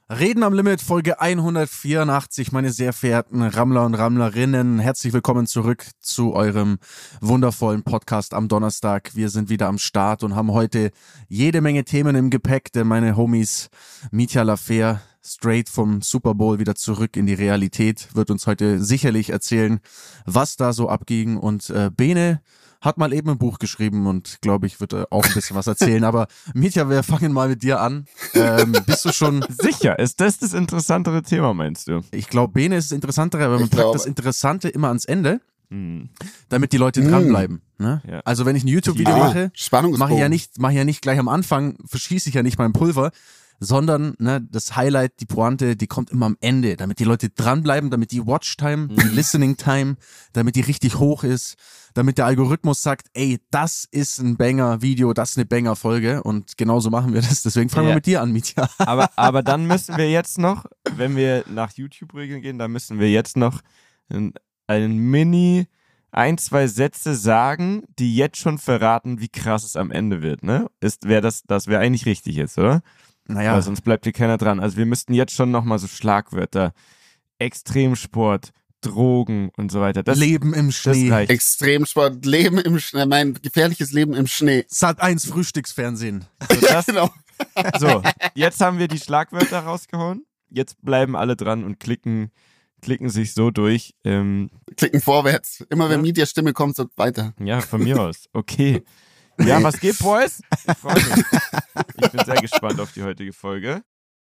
Reden am Limit, Folge 184, meine sehr verehrten Rammler und Rammlerinnen. Herzlich willkommen zurück zu eurem wundervollen Podcast am Donnerstag. Wir sind wieder am Start und haben heute jede Menge Themen im Gepäck, denn meine Homies Mitja Lafer, straight vom Super Bowl wieder zurück in die Realität, wird uns heute sicherlich erzählen, was da so abging. Und Bene hat mal eben ein Buch geschrieben und glaube ich, wird auch ein bisschen was erzählen. Aber Mitja, wir fangen mal mit dir an. Bist du schon... Sicher, ist das interessantere Thema, meinst du? Ich glaube, Bene ist das Interessantere, aber man packt das Interessante immer ans Ende, damit die Leute dranbleiben. Ne? Ja. Also wenn ich ein YouTube-Video mache, mache ich ja nicht gleich am Anfang, verschieße ich ja nicht mein Pulver, sondern das Highlight, die Pointe, die kommt immer am Ende, damit die Leute dranbleiben, damit die Watchtime, die Listening-Time, damit die richtig hoch ist, damit der Algorithmus sagt, ey, das ist ein Banger-Video, das ist eine Banger-Folge und genauso machen wir das. Deswegen fangen wir mit dir an, Mitja. Aber dann müssen wir jetzt noch, wenn wir nach YouTube-Regeln gehen, dann müssen wir jetzt noch einen Mini 1-2 Sätze sagen, die jetzt schon verraten, wie krass es am Ende wird, ne? Das wäre eigentlich richtig jetzt, oder? Naja. Aber sonst bleibt hier keiner dran. Also wir müssten jetzt schon nochmal so Schlagwörter, Extremsport, Drogen und so weiter. Leben im Schnee. Extremsport, Leben im Schnee, mein gefährliches Leben im Schnee. Sat.1 Frühstücksfernsehen. Genau. So, jetzt haben wir die Schlagwörter rausgehauen. Jetzt bleiben alle dran und klicken sich so durch. Klicken vorwärts. Immer wenn Medias Stimme kommt, so weiter. Ja, von mir aus. Okay. Ja, was geht, Boys? Ich freue mich. Ich bin sehr gespannt auf die heutige Folge.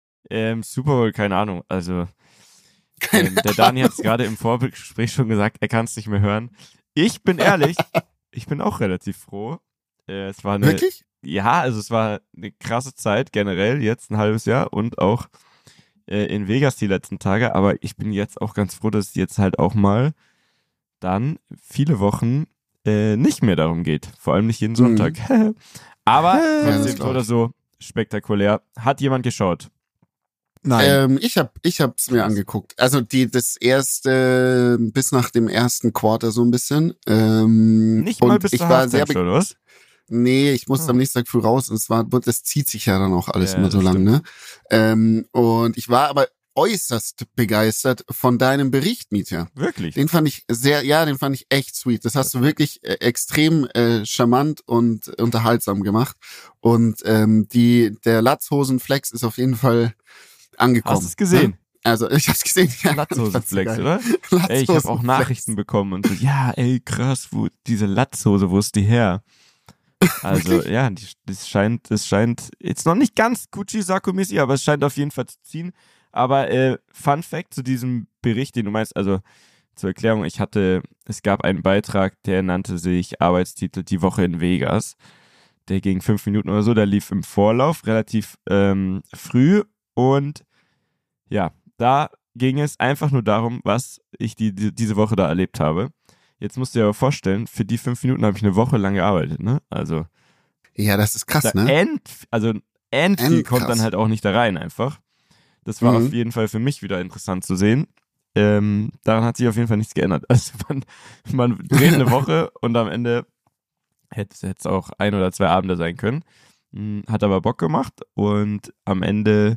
Super Bowl, keine Ahnung. Also, der Dani hat es gerade im Vorgespräch schon gesagt, er kann es nicht mehr hören. Ich bin ehrlich, ich bin auch relativ froh. Es war Wirklich? Ja, also es war eine krasse Zeit generell, jetzt ein halbes Jahr und auch in Vegas die letzten Tage. Aber ich bin jetzt auch ganz froh, dass es jetzt halt auch mal dann viele Wochen nicht mehr darum geht. Vor allem nicht jeden Sonntag. Aber trotzdem so oder so spektakulär. Hat jemand geschaut? Nein. Ich hab's mir angeguckt. Also das erste, bis nach dem ersten Quarter so ein bisschen. Nicht mal bis zur Halbzeit, oder was? Nee, ich musste am nächsten Tag früh raus und das zieht sich ja dann auch alles immer so lang, ne? Und ich war aber äußerst begeistert von deinem Bericht, Mitja. Wirklich? Den fand ich echt sweet. Das hast du wirklich extrem charmant und unterhaltsam gemacht. Und der Latzhosenflex ist auf jeden Fall angekommen. Hast du es gesehen? Also ich hab's gesehen. Ja, Latzhosenflex, oder? Ey, ich habe auch Nachrichten bekommen und so, ja, ey, krass, diese Latzhose, wo ist die her? Also, ja, das scheint jetzt noch nicht ganz Gucci-Sakko-mäßig, aber es scheint auf jeden Fall zu ziehen. Aber Fun Fact zu diesem Bericht, den du meinst, also zur Erklärung, es gab einen Beitrag, der nannte sich Arbeitstitel Die Woche in Vegas. Der ging 5 Minuten oder so, der lief im Vorlauf relativ früh und ja, da ging es einfach nur darum, was ich diese Woche da erlebt habe. Jetzt musst du dir aber vorstellen, für die 5 Minuten habe ich eine Woche lang gearbeitet, ne? Also ja, das ist krass, ne? Viel kommt dann halt auch nicht da rein einfach. Das war auf jeden Fall für mich wieder interessant zu sehen. Daran hat sich auf jeden Fall nichts geändert. Also man dreht eine Woche und am Ende hätte es auch 1 oder 2 Abende sein können. Hat aber Bock gemacht und am Ende,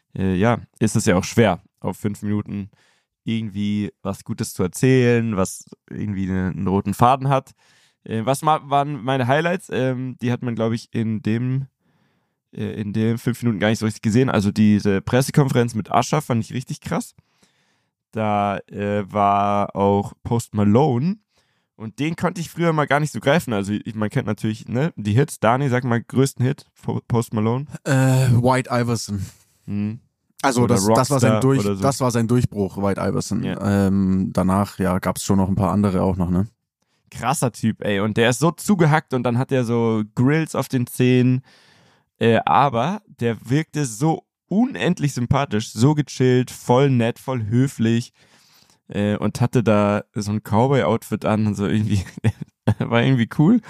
ist es ja auch schwer, auf 5 Minuten irgendwie was Gutes zu erzählen, was irgendwie einen roten Faden hat. Was waren meine Highlights? Die hat man, glaube ich, in den 5 Minuten gar nicht so richtig gesehen. Also diese Pressekonferenz mit Usher fand ich richtig krass. Da war auch Post Malone und den konnte ich früher mal gar nicht so greifen. Also man kennt natürlich die Hits. Dani, sag mal, größten Hit, Post Malone? White Iverson. Also das war sein Durchbruch, White Iverson. Yeah. Danach, gab es schon noch ein paar andere auch noch, ne? Krasser Typ, ey. Und der ist so zugehackt und dann hat er so Grills auf den Zähnen. Aber der wirkte so unendlich sympathisch, so gechillt, voll nett, voll höflich und hatte da so ein Cowboy-Outfit an und so irgendwie, war irgendwie cool.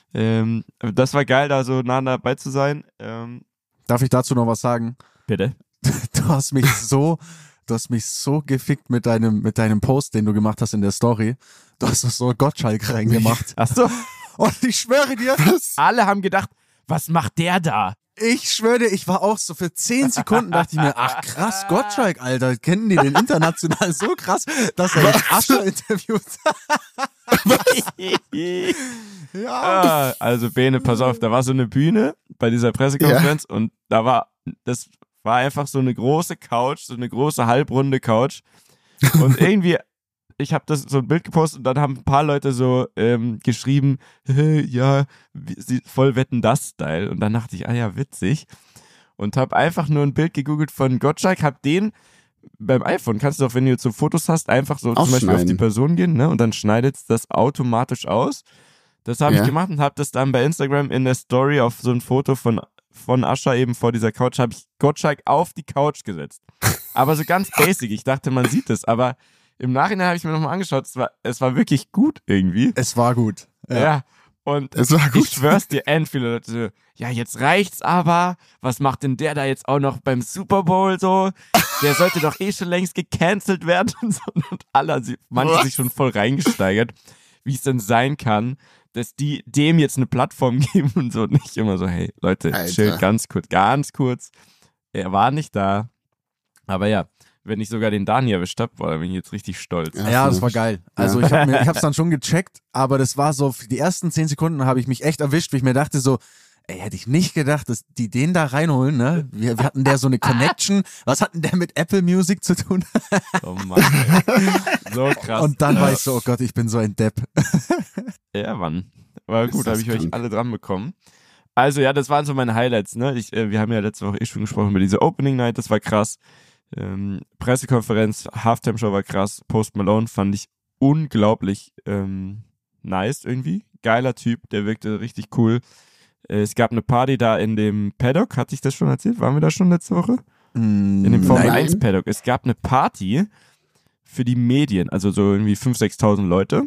Das war geil, da so nah dabei zu sein. Darf ich dazu noch was sagen? Bitte? Du hast mich so gefickt mit deinem Post, den du gemacht hast in der Story. Du hast so Gottschalk reingemacht. Ach so. Und ich schwöre dir, alle haben gedacht, was macht der da? Ich schwöre dir, ich war auch so für 10 Sekunden, dachte ich mir, ach krass, Gottschalk, Alter, kennen die den international so krass, dass er jetzt Ascher interviewt. Ja. Also Bene, pass auf, da war so eine Bühne bei dieser Pressekonferenz und das war einfach so eine große Couch, so eine große halbrunde Couch und irgendwie ich habe das so ein Bild gepostet und dann haben ein paar Leute so geschrieben, ja, voll Wetten, das Style. Und dann dachte ich, ja, witzig. Und habe einfach nur ein Bild gegoogelt von Gottschalk, hab den beim iPhone, kannst du doch, wenn du jetzt so Fotos hast, einfach so zum Beispiel auf die Person gehen, ne? Und dann schneidet es das automatisch aus. Das habe ich gemacht und habe das dann bei Instagram in der Story auf so ein Foto von Ascher eben vor dieser Couch, habe ich Gottschalk auf die Couch gesetzt. Aber so ganz basic, ich dachte, man sieht es, aber im Nachhinein habe ich mir nochmal angeschaut, es war wirklich gut irgendwie. Es war gut. Ja. Und ich schwör's dir, viele Leute so, ja, jetzt reicht's aber. Was macht denn der da jetzt auch noch beim Super Bowl so? Der sollte doch schon längst gecancelt werden. Und manche sich schon voll reingesteigert, wie es denn sein kann, dass die dem jetzt eine Plattform geben und so. Nicht immer so, hey, Leute, chillt ganz kurz. Er war nicht da. Aber ja. Wenn ich sogar den Dani erwischt habe, bin ich jetzt richtig stolz. Ja, das war geil. Also ich hab's dann schon gecheckt, aber das war so, für die ersten 10 Sekunden habe ich mich echt erwischt, wie ich mir dachte so, hätte ich nicht gedacht, dass die den da reinholen, ne? Wir hatten der so eine Connection. Was hatten der mit Apple Music zu tun? Oh Mann, ey. So krass. Und dann war ich so, oh Gott, ich bin so ein Depp. Ja, Mann. Aber gut, habe ich euch alle dran bekommen. Also ja, das waren so meine Highlights, ne? Wir haben ja letzte Woche schon gesprochen über diese Opening Night, das war krass. Pressekonferenz, Halftime-Show war krass, Post Malone fand ich unglaublich nice irgendwie, geiler Typ, der wirkte richtig cool. Es gab eine Party da in dem Paddock, hatte ich das schon erzählt? Waren wir da schon letzte Woche? In dem Formel 1 Paddock. Es gab eine Party für die Medien, also so irgendwie 5.000, 6.000 Leute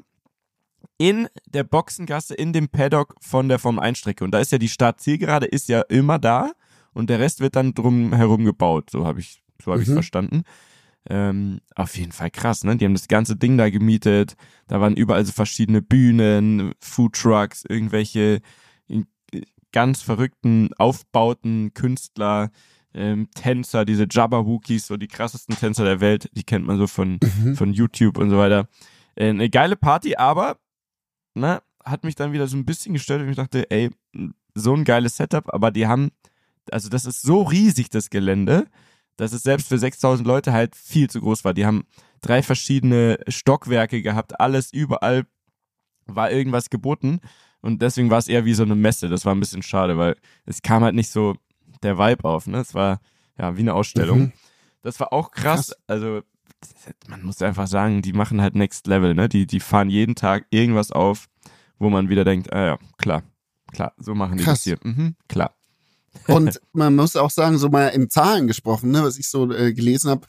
in der Boxengasse, in dem Paddock von der Formel 1 Strecke und da ist ja die Start-Zielgerade ist ja immer da und der Rest wird dann drum herum gebaut, so habe ich es verstanden. Auf jeden Fall krass, ne? Die haben das ganze Ding da gemietet. Da waren überall so verschiedene Bühnen, Foodtrucks, irgendwelche ganz verrückten Aufbauten, Künstler, Tänzer, diese Jabberwockies, so die krassesten Tänzer der Welt. Die kennt man so von YouTube und so weiter. Eine geile Party, aber hat mich dann wieder so ein bisschen gestört und ich dachte, ey, so ein geiles Setup, aber die haben, also das ist so riesig, das Gelände, dass es selbst für 6.000 Leute halt viel zu groß war. Die haben 3 verschiedene Stockwerke gehabt, alles überall war irgendwas geboten und deswegen war es eher wie so eine Messe. Das war ein bisschen schade, weil es kam halt nicht so der Vibe auf, ne? Es war ja wie eine Ausstellung. Das war auch krass. Also man muss einfach sagen, die machen halt Next Level, ne? Die fahren jeden Tag irgendwas auf, wo man wieder denkt, ja, klar, so machen die das hier. Klar. Und man muss auch sagen, so mal in Zahlen gesprochen, ne, was ich so gelesen habe,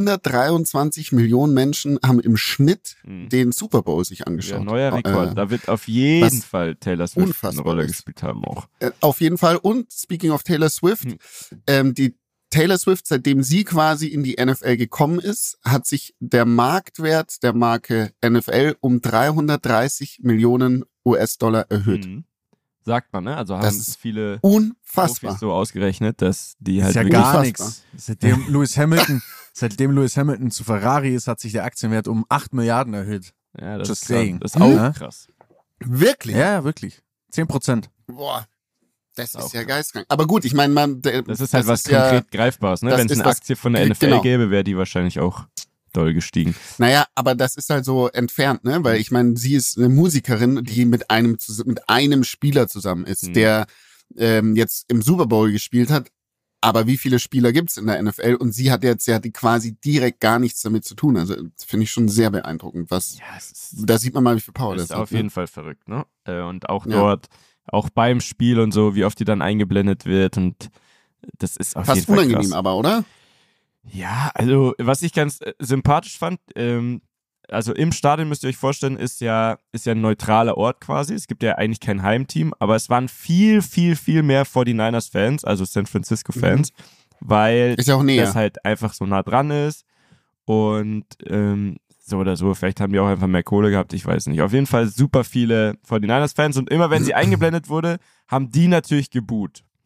123 Millionen Menschen haben im Schnitt den Super Bowl sich angeschaut. Ja, neuer Rekord. Da wird auf jeden Fall Taylor Swift eine Rolle gespielt haben auch. Auf jeden Fall. Und speaking of Taylor Swift, die Taylor Swift, seitdem sie quasi in die NFL gekommen ist, hat sich der Marktwert der Marke NFL um 330 Millionen US-Dollar erhöht. Sagt man, ne? Also haben es viele unfassbar Profis so ausgerechnet, dass die halt ist ja gar nichts. Seitdem Lewis Hamilton zu Ferrari ist, hat sich der Aktienwert um 8 Milliarden erhöht. Ja, das Just ist saying. Das ist auch krass. Wirklich? Ja, wirklich. 10%. Boah, das ist ja geistkrank. Aber gut, ich meine, das ist halt was konkret Greifbares, ne? Wenn es eine Aktie von der NFL gäbe, wäre die wahrscheinlich auch doll gestiegen. Naja, aber das ist halt so entfernt, ne? Weil ich meine, sie ist eine Musikerin, die mit einem Spieler zusammen ist, der jetzt im Super Bowl gespielt hat. Aber wie viele Spieler gibt's in der NFL? Und sie hat quasi direkt gar nichts damit zu tun. Also finde ich schon sehr beeindruckend. Da sieht man mal, wie viel Power das ist. Hat. Auf jeden Fall verrückt, ne? Und auch dort, auch beim Spiel und so, wie oft die dann eingeblendet wird. Und das ist auf jeden Fall fast unangenehm, aber, oder? Ja, also was ich ganz sympathisch fand, also im Stadion müsst ihr euch vorstellen, ist ja ein neutraler Ort quasi. Es gibt ja eigentlich kein Heimteam, aber es waren viel, viel, viel mehr 49ers-Fans, also San Francisco-Fans, weil ist ja auch näher. Das halt einfach so nah dran ist und so oder so, vielleicht haben die auch einfach mehr Kohle gehabt, ich weiß nicht. Auf jeden Fall super viele 49ers-Fans und immer wenn sie eingeblendet wurde, haben die natürlich geboot.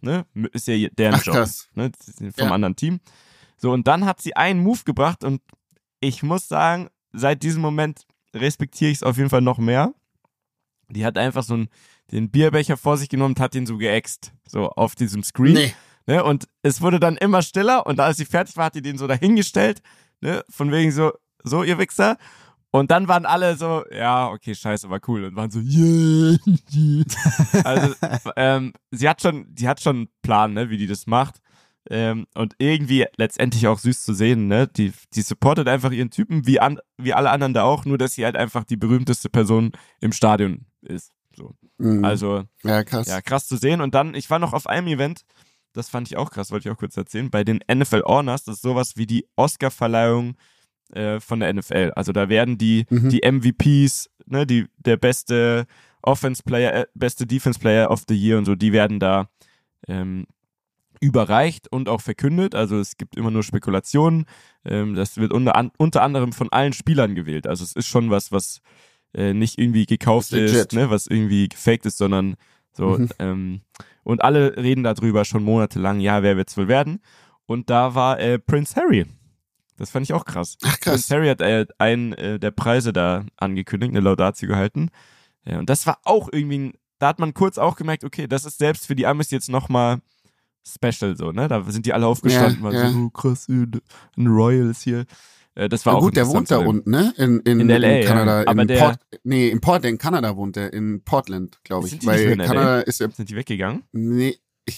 ne? Ist ja deren Job, krass. ne? Vom anderen Team. So, und dann hat sie einen Move gebracht und ich muss sagen, seit diesem Moment respektiere ich es auf jeden Fall noch mehr. Die hat einfach den Bierbecher vor sich genommen und hat ihn so geäxt, so auf diesem Screen. Nee. Ne? Und es wurde dann immer stiller und als sie fertig war, hat die den so dahingestellt, ne? Von wegen so, ihr Wichser. Und dann waren alle so, ja, okay, scheiße, war cool. Und waren so, yeah, yeah. Also, die hat schon einen Plan, ne, wie die das macht. Und irgendwie letztendlich auch süß zu sehen, ne? Die supportet einfach ihren Typen, wie alle anderen da auch, nur dass sie halt einfach die berühmteste Person im Stadion ist. So. Also, ja, krass. Ja, krass zu sehen. Und dann, ich war noch auf einem Event, das fand ich auch krass, wollte ich auch kurz erzählen, bei den NFL Honors, das ist sowas wie die Oscar-Verleihung von der NFL. Also da werden die MVPs, ne, der beste Offense-Player, beste Defense-Player of the Year und so, die werden da überreicht und auch verkündet. Also es gibt immer nur Spekulationen. Das wird unter anderem von allen Spielern gewählt. Also es ist schon was nicht irgendwie gekauft ist, ne, was irgendwie gefaked ist, sondern so. Und alle reden darüber schon monatelang, ja, wer wird's wohl werden? Und da war Prince Harry. Das fand ich auch krass. Ach, krass. Prince Harry hat einen der Preise da angekündigt, eine Laudatio gehalten. Ja, und das war auch irgendwie, da hat man kurz auch gemerkt, okay, das ist selbst für die Amis jetzt nochmal special so, ne? Da sind die alle aufgestanden, waren so, oh, krass, ein Royals hier. Das war auch gut, der wohnt da unten, ne? In LA, in Kanada. ja. Aber in Kanada wohnt er, in Portland, glaube ich. Sind die weil nicht in Kanada LA? ist ja. Sind die weggegangen? Nee,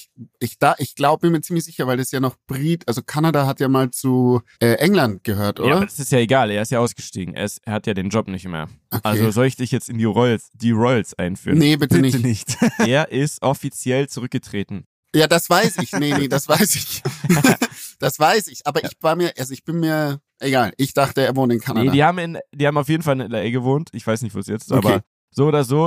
ich glaube, bin mir ziemlich sicher, weil das ja noch also Kanada hat ja mal zu England gehört, oder? Ja, aber das ist ja egal, er ist ja ausgestiegen. Er hat ja den Job nicht mehr. Okay. Also soll ich dich jetzt in die Royals einführen? Nee, bitte nicht. Er ist offiziell zurückgetreten. Ja, das weiß ich. Nee, das weiß ich. Das weiß ich. Aber ich bin mir egal. Ich dachte, er wohnt in Kanada. Nee, die haben auf jeden Fall in LA gewohnt. Ich weiß nicht, wo es jetzt ist, aber so oder so,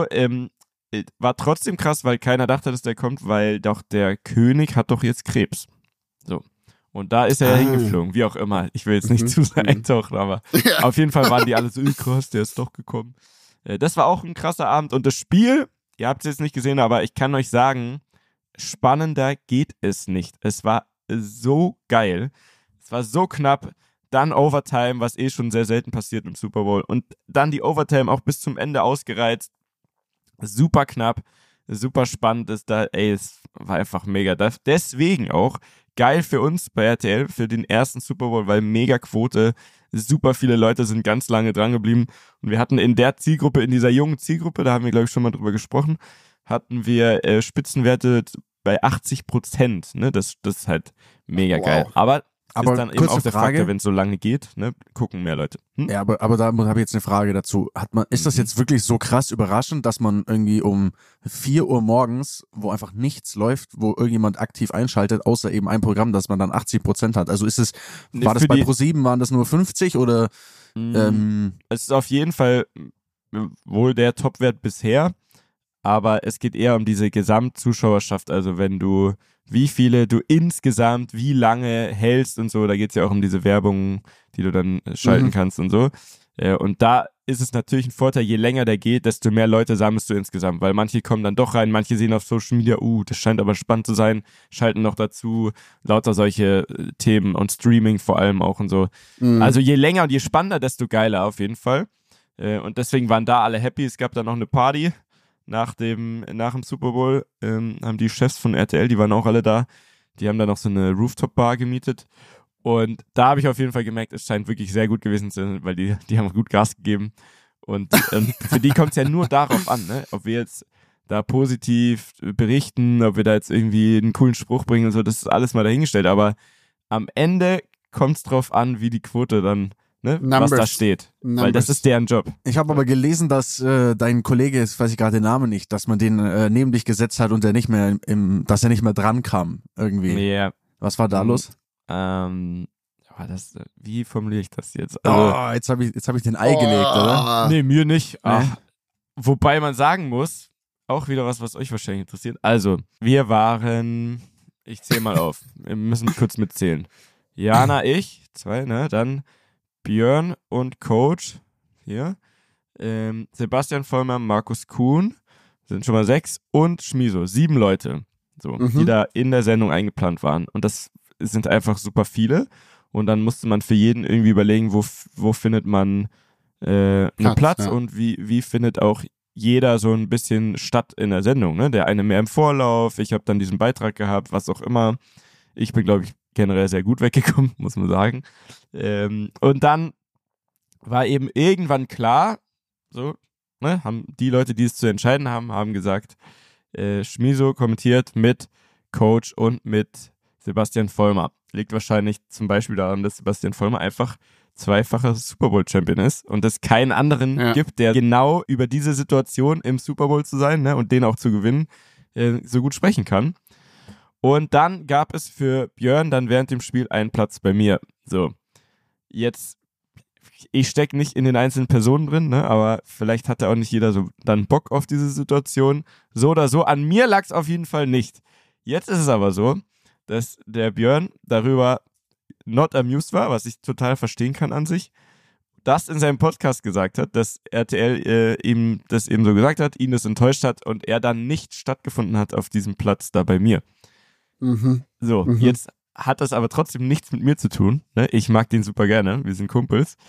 war trotzdem krass, weil keiner dachte, dass der kommt, weil doch der König hat doch jetzt Krebs. So. Und da ist er ja hingeflogen, wie auch immer. Ich will jetzt nicht zu sehr eintauchen, aber auf jeden Fall waren die alle so, krass, der ist doch gekommen. Das war auch ein krasser Abend. Und das Spiel, ihr habt es jetzt nicht gesehen, aber ich kann euch sagen, spannender geht es nicht. Es war so geil. Es war so knapp. Dann Overtime, was schon sehr selten passiert im Super Bowl. Und dann die Overtime auch bis zum Ende ausgereizt. Super knapp, super spannend es war einfach mega. Deswegen auch geil für uns bei RTL für den ersten Super Bowl, weil mega Quote, super viele Leute sind ganz lange dran geblieben und wir hatten in der Zielgruppe, in dieser jungen Zielgruppe, da haben wir glaube ich schon mal drüber gesprochen, hatten wir Spitzenwerte bei 80%, ne, das ist halt mega geil. Aber ist dann eben auch der Faktor, wenn es so lange geht, ne, gucken mehr Leute. Ja, aber da habe ich jetzt eine Frage dazu. Ist das jetzt wirklich so krass überraschend, dass man irgendwie um 4 Uhr morgens, wo einfach nichts läuft, wo irgendjemand aktiv einschaltet, außer eben ein Programm, dass man dann 80% hat? Also war das bei Pro7, waren das nur 50 oder? Es ist auf jeden Fall wohl der Topwert bisher, aber es geht eher um diese Gesamtzuschauerschaft, also wie viele du insgesamt, wie lange hältst und so, da geht es ja auch um diese Werbung, die du dann schalten kannst und so. Und da ist es natürlich ein Vorteil, je länger der geht, desto mehr Leute sammelst du insgesamt, weil manche kommen dann doch rein, manche sehen auf Social Media, das scheint aber spannend zu sein, schalten noch dazu, lauter solche Themen und Streaming vor allem auch und so. Also je länger und je spannender, desto geiler auf jeden Fall. Und deswegen waren da alle happy, es gab dann noch eine Party. Nach dem Super Bowl haben die Chefs von RTL, die waren auch alle da, die haben da noch so eine Rooftop-Bar gemietet und da habe ich auf jeden Fall gemerkt, es scheint wirklich sehr gut gewesen zu sein, weil die haben gut Gas gegeben und für die kommt es ja nur darauf an, ne? Ob wir jetzt da positiv berichten, ob wir da jetzt irgendwie einen coolen Spruch bringen und so, das ist alles mal dahingestellt, aber am Ende kommt es drauf an, wie die Quote dann was da steht. Weil das ist deren Job. Ich habe aber gelesen, dass dein Kollege, jetzt weiß ich gerade den Namen nicht, dass man den neben dich gesetzt hat und der nicht mehr dass er nicht mehr dran kam irgendwie. Yeah. Was war da los? Wie formuliere ich das jetzt? Also, jetzt hab ich den Ei gelegt, oder? Nee, mir nicht. Wobei man sagen muss, auch wieder was euch wahrscheinlich interessiert. Also, wir waren, ich zähle mal auf. Wir müssen kurz mitzählen. Jana, ich, 2, ne? Dann Björn und Coach, hier, Sebastian Vollmer, Markus Kuhn, sind schon mal 6 und Schmiso, 7 Leute. so, die da in der Sendung eingeplant waren. Und das sind einfach super viele. Und dann musste man für jeden irgendwie überlegen, wo findet man einen Platz ja. Und wie findet auch jeder so ein bisschen statt in der Sendung. Ne? Der eine mehr im Vorlauf, ich habe dann diesen Beitrag gehabt, was auch immer. Ich bin, glaube ich, generell sehr gut weggekommen, muss man sagen. Und dann war eben irgendwann klar, so, ne, haben die Leute, die es zu entscheiden haben, haben gesagt, Schmiso kommentiert mit Coach und mit Sebastian Vollmer. Liegt wahrscheinlich zum Beispiel daran, dass Sebastian Vollmer einfach zweifacher Super Bowl-Champion ist und es keinen anderen gibt, der genau über diese Situation im Super Bowl zu sein, ne, und den auch zu gewinnen, so gut sprechen kann. Und dann gab es für Björn dann während dem Spiel einen Platz bei mir. So, jetzt, ich stecke nicht in den einzelnen Personen drin, ne, aber vielleicht hatte auch nicht jeder so dann Bock auf diese Situation. So oder so, an mir lag es auf jeden Fall nicht. Jetzt ist es aber so, dass der Björn darüber not amused war, was ich total verstehen kann an sich, das in seinem Podcast gesagt hat, dass RTL ihm das eben so gesagt hat, ihn das enttäuscht hat und er dann nicht stattgefunden hat auf diesem Platz da bei mir. Jetzt hat das aber trotzdem nichts mit mir zu tun. Ne? Ich mag den super gerne, wir sind Kumpels.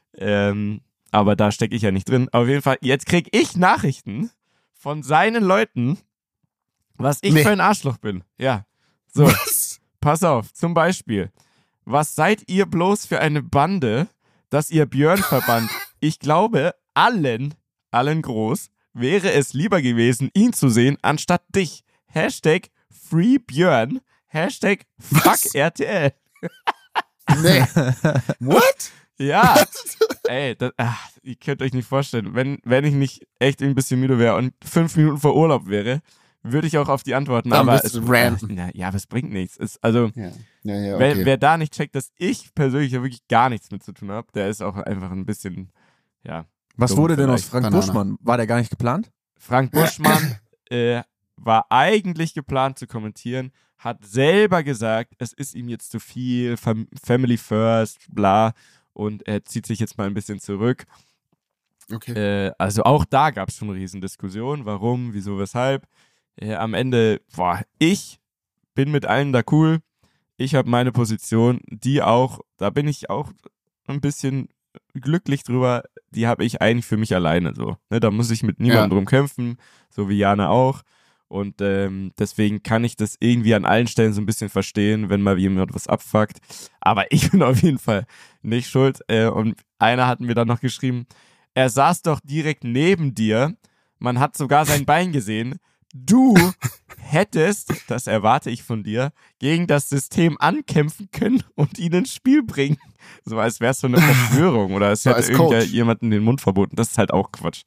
Aber da stecke ich ja nicht drin. Auf jeden Fall, jetzt kriege ich Nachrichten von seinen Leuten, was ich für ein Arschloch bin. Ja, so, was? Pass auf, zum Beispiel, was seid ihr bloß für eine Bande, dass ihr Björn verbannt? Ich glaube, allen groß wäre es lieber gewesen, ihn zu sehen, anstatt dich. Hashtag Free Björn. Hashtag Fuck RTL. Nee. What? Ja. Ey, ihr könnt euch nicht vorstellen, wenn ich nicht echt ein bisschen müde wäre und 5 Minuten vor Urlaub wäre, würde ich auch auf die Antworten, dann aber aber es bringt nichts. Okay. Wer da nicht checkt, dass ich persönlich ja wirklich gar nichts mit zu tun habe, der ist auch einfach ein bisschen, ja. Was wurde denn aus Frank Buschmann? War der gar nicht geplant? Frank Buschmann war eigentlich geplant zu kommentieren, hat selber gesagt, es ist ihm jetzt zu viel, Family First, bla, und er zieht sich jetzt mal ein bisschen zurück. Okay. Also auch da gab es schon eine riesen Diskussion, warum, wieso, weshalb. Am Ende, ich bin mit allen da cool, ich habe meine Position, die auch, da bin ich auch ein bisschen glücklich drüber, die habe ich eigentlich für mich alleine so. Ne, da muss ich mit niemandem drum kämpfen, so wie Jana auch. Und deswegen kann ich das irgendwie an allen Stellen so ein bisschen verstehen, wenn mal jemand was abfuckt. Aber ich bin auf jeden Fall nicht schuld. Und einer hat mir dann noch geschrieben, er saß doch direkt neben dir, man hat sogar sein Bein gesehen. Du hättest, das erwarte ich von dir, gegen das System ankämpfen können und ihn ins Spiel bringen. So als wäre es so eine Verschwörung oder es hätte irgendjemanden den Mund verboten. Das ist halt auch Quatsch.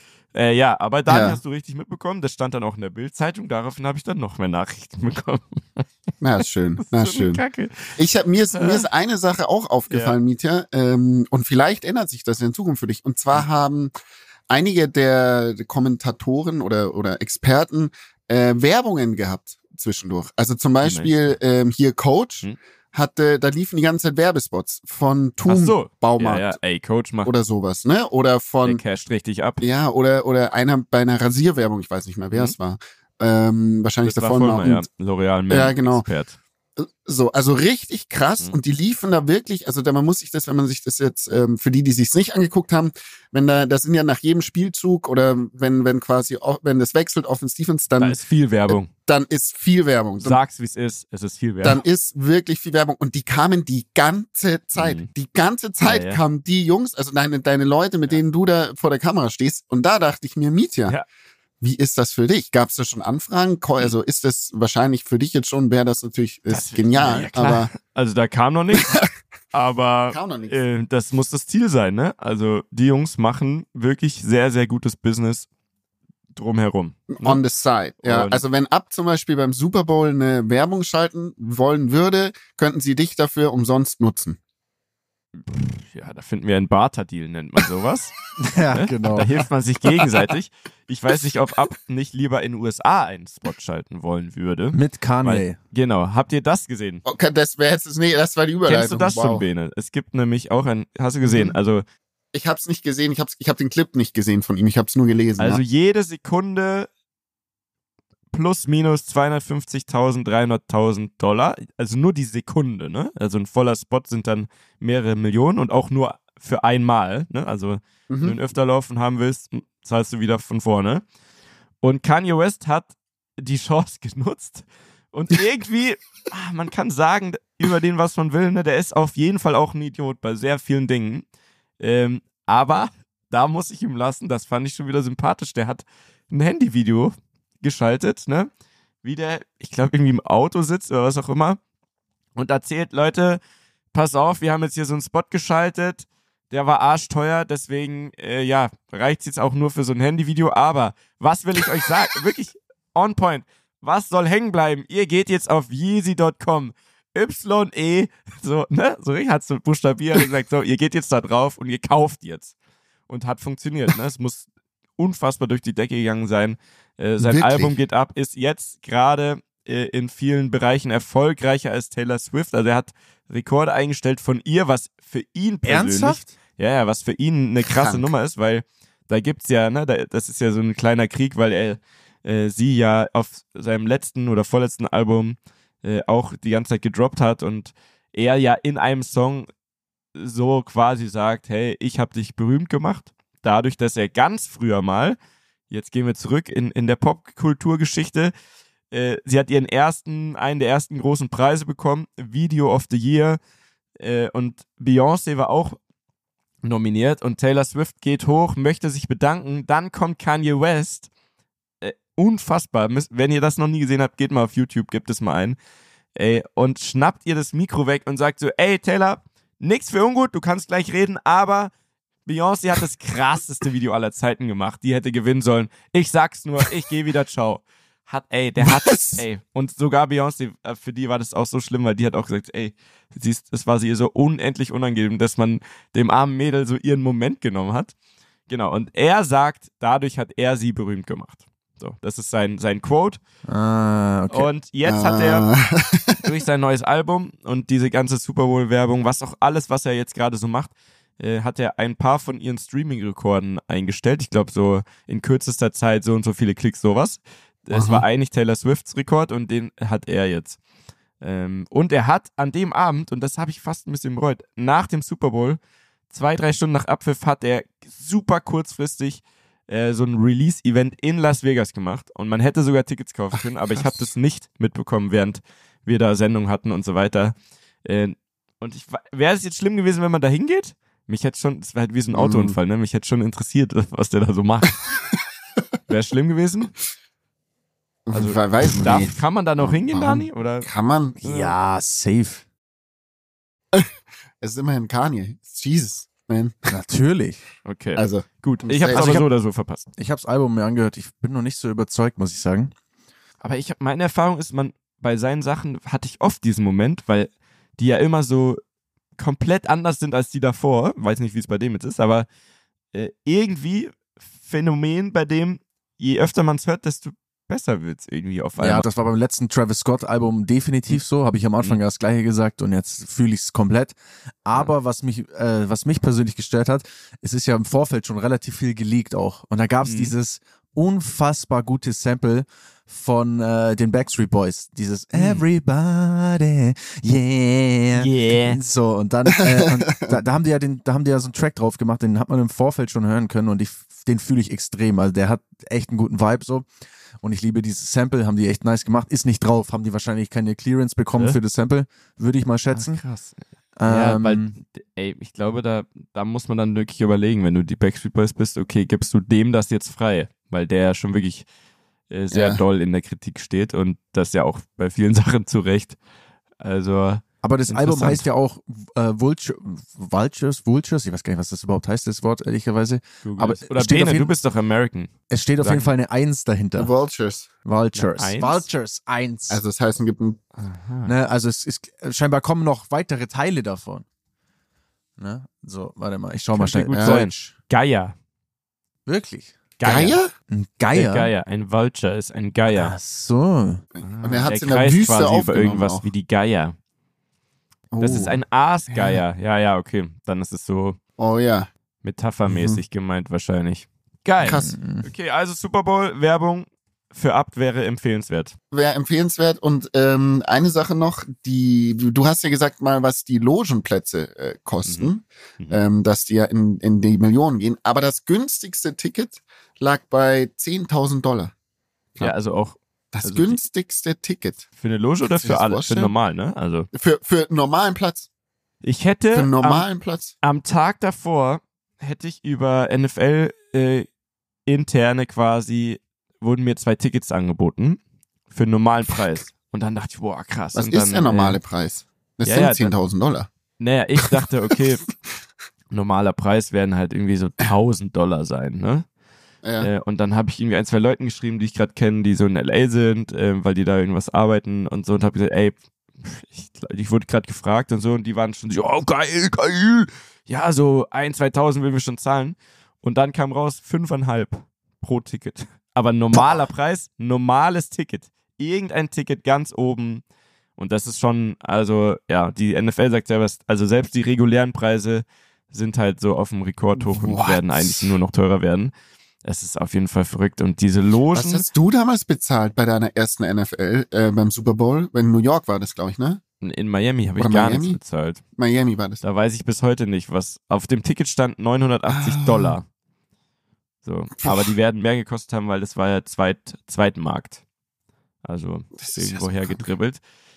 Aber dann hast du richtig mitbekommen, das stand dann auch in der Bild-Zeitung, daraufhin habe ich dann noch mehr Nachrichten bekommen. Na, ist schön, na schön. Mir ist eine Sache auch aufgefallen, Mietja, und vielleicht ändert sich das in Zukunft für dich. Und zwar haben einige der Kommentatoren oder Experten Werbungen gehabt zwischendurch. Also zum Beispiel hier Coach da liefen die ganze Zeit Werbespots von TUM Baumarkt. Ja, ey, Coach macht oder sowas, ne? Oder von der casht richtig ab. Ja, oder einer bei einer Rasierwerbung, ich weiß nicht mehr, wer es war. Wahrscheinlich das davon war Vollmer, L'Oreal Man. Ja, genau. Expert. So, also richtig krass und die liefen da wirklich, also man muss sich das, wenn man sich das jetzt, für die sich's nicht angeguckt haben, das sind ja nach jedem Spielzug oder wenn das wechselt, Offense, Defense, dann da ist viel Werbung. Dann ist viel Werbung. Sag's, wie es ist viel Werbung. Dann ist wirklich viel Werbung und die kamen die ganze Zeit. Die ganze Zeit kamen die Jungs, also deine Leute, mit denen du da vor der Kamera stehst und da dachte ich mir, Mietja, wie ist das für dich? Gab es da schon Anfragen? Also ist das wahrscheinlich für dich jetzt schon, wäre das natürlich ist genial. Ja, aber also da kam noch nichts, aber das muss das Ziel sein, ne? Also die Jungs machen wirklich sehr, sehr gutes Business drumherum. Ne? On the side, ja. Und also wenn zum Beispiel beim Super Bowl eine Werbung schalten wollen würde, könnten sie dich dafür umsonst nutzen. Ja, da finden wir einen Barter-Deal, nennt man sowas. Ja, genau. Da hilft man sich gegenseitig. Ich weiß nicht, ob nicht lieber in den USA einen Spot schalten wollen würde. Mit Kanye. Genau. Habt ihr das gesehen? Okay, das war die Überleitung. Kennst du das schon, Bene? Es gibt nämlich auch hast du gesehen? Also ich hab's nicht gesehen, ich hab den Clip nicht gesehen von ihm, ich hab's nur gelesen. Also jede Sekunde plus minus 250.000, 300.000 Dollar. Also nur die Sekunde, ne? Also ein voller Spot sind dann mehrere Millionen und auch nur für einmal, ne? Also wenn du ihn öfter laufen haben willst, zahlst du wieder von vorne. Und Kanye West hat die Chance genutzt und irgendwie, man kann sagen, über den, was man will, ne? Der ist auf jeden Fall auch ein Idiot bei sehr vielen Dingen. Aber da muss ich ihm lassen, das fand ich schon wieder sympathisch. Der hat ein Handyvideo geschaltet, ne? Wie der, ich glaube, irgendwie im Auto sitzt oder was auch immer und erzählt, Leute, pass auf, wir haben jetzt hier so einen Spot geschaltet, der war arschteuer, deswegen, reicht's jetzt auch nur für so ein Handyvideo, aber was will ich euch sagen? Wirklich on point. Was soll hängen bleiben? Ihr geht jetzt auf Yeezy.com. YE, so, ne? So richtig hat's so buchstabiert und gesagt, so, ihr geht jetzt da drauf und ihr kauft jetzt. Und hat funktioniert, ne? Es muss unfassbar durch die Decke gegangen sein. Sein Wirklich? Album geht ab, ist jetzt gerade in vielen Bereichen erfolgreicher als Taylor Swift. Also er hat Rekorde eingestellt von ihr, was für ihn persönlich, Ernsthaft? ja, was für ihn eine krasse Krank. Nummer ist, weil da gibt's ja, ne, das ist ja so ein kleiner Krieg, weil sie ja auf seinem letzten oder vorletzten Album auch die ganze Zeit gedroppt hat und er ja in einem Song so quasi sagt, hey, ich habe dich berühmt gemacht, dadurch, dass er ganz früher mal, jetzt gehen wir zurück in der Popkulturgeschichte, sie hat einen der ersten großen Preise bekommen, Video of the Year, und Beyoncé war auch nominiert und Taylor Swift geht hoch, möchte sich bedanken, dann kommt Kanye West, unfassbar, wenn ihr das noch nie gesehen habt, geht mal auf YouTube, gebt es mal ein, und schnappt ihr das Mikro weg und sagt so, ey Taylor, nix für ungut, du kannst gleich reden, aber Beyoncé hat das krasseste Video aller Zeiten gemacht. Die hätte gewinnen sollen. Ich sag's nur, ich gehe wieder, ciao. Und sogar Beyoncé, für die war das auch so schlimm, weil die hat auch gesagt, es war ihr so unendlich unangenehm, dass man dem armen Mädel so ihren Moment genommen hat. Genau, und er sagt, dadurch hat er sie berühmt gemacht. So, das ist sein Quote. Okay. Und jetzt hat er durch sein neues Album und diese ganze Super Bowl-Werbung, was er jetzt gerade so macht, hat er ein paar von ihren Streaming-Rekorden eingestellt. Ich glaube, so in kürzester Zeit so und so viele Klicks, sowas. Es war eigentlich Taylor Swifts Rekord und den hat er jetzt. Und er hat an dem Abend, und das habe ich fast ein bisschen bereut, nach dem Super Bowl, 2-3 Stunden nach Abpfiff, hat er super kurzfristig so ein Release-Event in Las Vegas gemacht. Und man hätte sogar Tickets kaufen können, aber ich habe das nicht mitbekommen, während wir da Sendung hatten und so weiter. Und wäre es jetzt schlimm gewesen, wenn man da hingeht? Mich hätte schon, es war halt wie so ein Autounfall, ne? Mich hätte schon interessiert, was der da so macht. Wäre schlimm gewesen? Also, weiß nicht. kann man da noch hingehen, Dani? Oder? Kann man? Ja, safe. Es ist immerhin Kanye. It's Jesus, man. Natürlich. Okay. Also, gut. Ich habe es aber so oder so verpasst. Ich habe das Album mir angehört. Ich bin noch nicht so überzeugt, muss ich sagen. Aber meine Erfahrung ist, bei seinen Sachen hatte ich oft diesen Moment, weil die ja immer so komplett anders sind als die davor. Weiß nicht, wie es bei dem jetzt ist, aber irgendwie Phänomen, bei dem, je öfter man es hört, desto besser wird es irgendwie auf einmal. Ja, das war beim letzten Travis Scott-Album definitiv so. Habe ich am Anfang das Gleiche gesagt und jetzt fühle ich es komplett. Aber was mich persönlich gestört hat, es ist ja im Vorfeld schon relativ viel geleakt auch. Und da gab es dieses unfassbar gute Sample von den Backstreet Boys. Dieses Everybody, yeah. So, und dann da haben die ja so einen Track drauf gemacht, den hat man im Vorfeld schon hören können und den fühle ich extrem. Also der hat echt einen guten Vibe so. Und ich liebe dieses Sample, haben die echt nice gemacht. Ist nicht drauf, haben die wahrscheinlich keine Clearance bekommen für das Sample, würde ich mal schätzen. Krass. Ja, weil, ich glaube, da muss man dann wirklich überlegen, wenn du die Backstreet Boys bist, okay, gibst du dem das jetzt frei? Weil der ja schon wirklich sehr doll in der Kritik steht und das ja auch bei vielen Sachen zu Recht. Also. Aber das Album heißt ja auch Vultures, ich weiß gar nicht, was das überhaupt heißt, das Wort, ehrlicherweise. Aber oder Bene, du bist doch American. Es steht auf jeden Fall eine 1 dahinter. Vultures. Vultures 1. Also das heißt, es gibt ein... Ne, also es ist, scheinbar kommen noch weitere Teile davon. Ne? So, warte mal, ich schau mal schnell. Gut sein. Geier. Wirklich? Geier? Ein Geier? Geier, ein Vulture ist ein Geier. Ach so. Und er hat es in der der kreist Wüste quasi über aufgenommen irgendwas auch. wie die Geier. Das ist ein Aasgeier. Ja, okay. Dann ist es so Oh ja. metaphermäßig gemeint wahrscheinlich. Geil. Krass. Okay, also Super Bowl, Werbung. für Abt wäre empfehlenswert. Wäre empfehlenswert. Und eine Sache noch, du hast ja gesagt mal, was die Logenplätze kosten, dass die ja in die Millionen gehen. Aber das günstigste Ticket lag bei $10.000. Ja, also auch das günstigste Ticket. Für eine Loge oder für alle? Für normal, ne? Also für normalen Platz. Ich hätte für einen normalen Platz. Am Tag davor hätte ich über NFL interne quasi wurden mir 2 Tickets angeboten für einen normalen Preis. Und dann dachte ich, boah, krass. Was und ist dann, der normale Preis? Das sind $10.000. Naja, ich dachte, okay, normaler Preis werden halt irgendwie so $1.000 sein, ne? Ja. Und dann habe ich irgendwie 1, 2 Leuten geschrieben, die ich gerade kenne, die so in LA sind, weil die da irgendwas arbeiten und so, und habe gesagt, ey, ich wurde gerade gefragt und so, und die waren schon so, oh, geil. Ja, so 1.000, 2.000 will wir schon zahlen. Und dann kam raus 5,5 pro Ticket. Aber normaler Preis, normales Ticket. Irgendein Ticket ganz oben. Und das ist schon, also ja, die NFL sagt selber, also selbst die regulären Preise sind halt so auf dem Rekordhoch und werden eigentlich nur noch teurer werden. Es ist auf jeden Fall verrückt. Und diese Logen... Was hast du damals bezahlt bei deiner ersten NFL, beim Super Bowl? In New York war das, glaube ich, ne? In Miami habe ich gar nichts bezahlt. Miami war das. Da weiß ich bis heute nicht, was auf dem Ticket stand, $980. So, aber die werden mehr gekostet haben, weil das war ja Zweitmarkt. Also irgendwo hergedribbelt.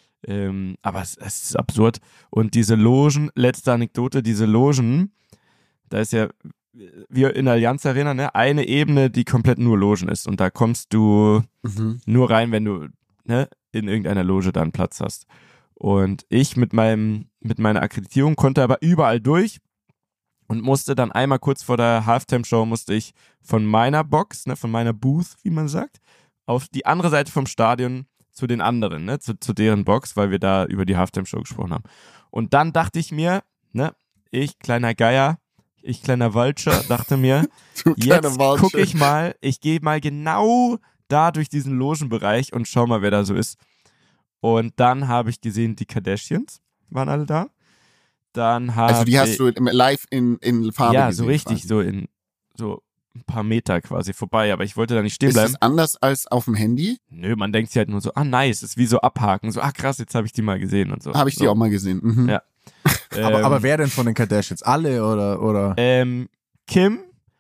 Aber es ist absurd. Und diese Logen, letzte Anekdote, diese Logen, da ist ja wie in der Allianz Arena, ne, eine Ebene, die komplett nur Logen ist. Und da kommst du nur rein, wenn du in irgendeiner Loge da einen Platz hast. Und ich mit meiner Akkreditierung konnte aber überall durch und musste dann einmal kurz vor der Halftime-Show musste ich von meiner Box, ne, von meiner Booth, wie man sagt, auf die andere Seite vom Stadion zu den anderen, ne, zu deren Box, weil wir da über die Halftime-Show gesprochen haben. Und dann dachte ich mir, ne, ich kleiner Geier, ich kleiner Vulture, dachte mir, jetzt gucke ich mal, ich gehe mal genau da durch diesen Logenbereich und schau mal, wer da so ist. Und dann habe ich gesehen, die Kardashians waren alle da. Dann also die hast du live in Farbe ja, gesehen? So richtig, quasi. So in so ein paar Meter quasi vorbei, aber ich wollte da nicht stehen bleiben. Ist das anders als auf dem Handy? Nö, man denkt sich halt nur so, nice, ist wie so abhaken, so, krass, jetzt habe ich die mal gesehen und so. Habe ich die auch mal gesehen. Mhm. Ja. aber wer denn von den Kardashians? Alle oder? Kim,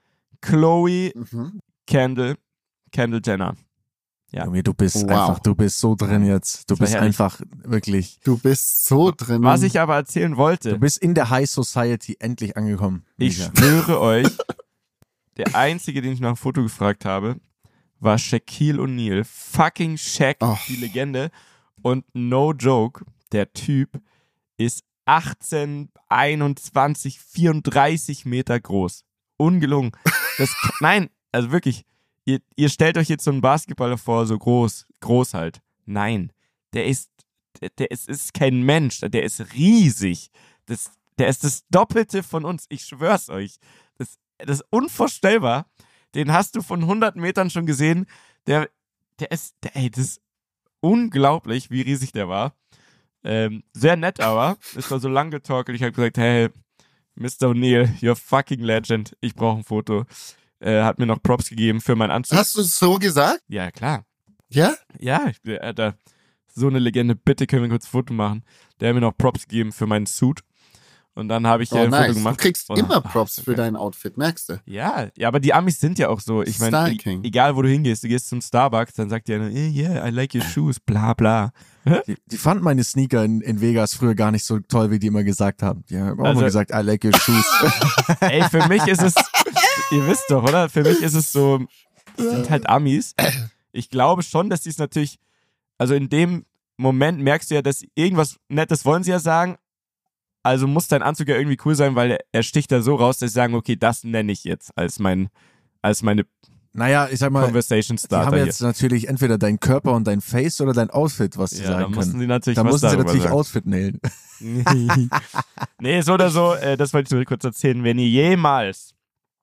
Chloe, Kendall Jenner. Ja. Junge, du bist so drin jetzt. Du bist einfach wirklich. Du bist so drin. Was ich aber erzählen wollte. Du bist in der High Society endlich angekommen. Ich schwöre euch, der Einzige, den ich nach einem Foto gefragt habe, war Shaquille O'Neal. Fucking Shaq, die Legende. Und no joke, der Typ ist 18, 21, 34 Meter groß. Ungelungen. Nein, also wirklich. Ihr stellt euch jetzt so einen Basketballer vor, so groß halt. Nein, der ist kein Mensch, der ist riesig. Der ist das Doppelte von uns, ich schwör's euch. Das ist unvorstellbar. Den hast du von 100 Metern schon gesehen. Das ist unglaublich, wie riesig der war. Sehr nett aber. Es war so lang getalkt und ich habe gesagt, hey, Mr. O'Neal, you're fucking legend. Ich brauche ein Foto. Hat mir noch Props gegeben für meinen Anzug. Hast du es so gesagt? Ja, klar. Ja? Ja, so eine Legende, bitte können wir kurz ein Foto machen. Der hat mir noch Props gegeben für meinen Suit. Und dann habe ich ein Foto gemacht. Du kriegst immer Props für dein Outfit, merkst du? Ja, aber die Amis sind ja auch so. Ich meine, egal wo du hingehst, du gehst zum Starbucks, dann sagt die einer, yeah, I like your shoes, bla bla. Die fanden meine Sneaker in Vegas früher gar nicht so toll, wie die immer gesagt haben. Die haben auch immer gesagt, I like your shoes. Ey, für mich ist es, ihr wisst doch, oder? Für mich ist es so, die sind halt Amis. Ich glaube schon, dass die es natürlich, also in dem Moment merkst du ja, dass irgendwas Nettes wollen sie ja sagen, also muss dein Anzug ja irgendwie cool sein, weil er sticht da so raus, dass sie sagen, okay, das nenne ich jetzt als meine naja, ich sag mal, Conversation Starter. Die haben jetzt natürlich entweder dein Körper und dein Face oder dein Outfit, was sie sagen können. Da mussten sie natürlich sagen. Outfit nailen. Nee, so oder so, das wollte ich nur kurz erzählen. Wenn ihr jemals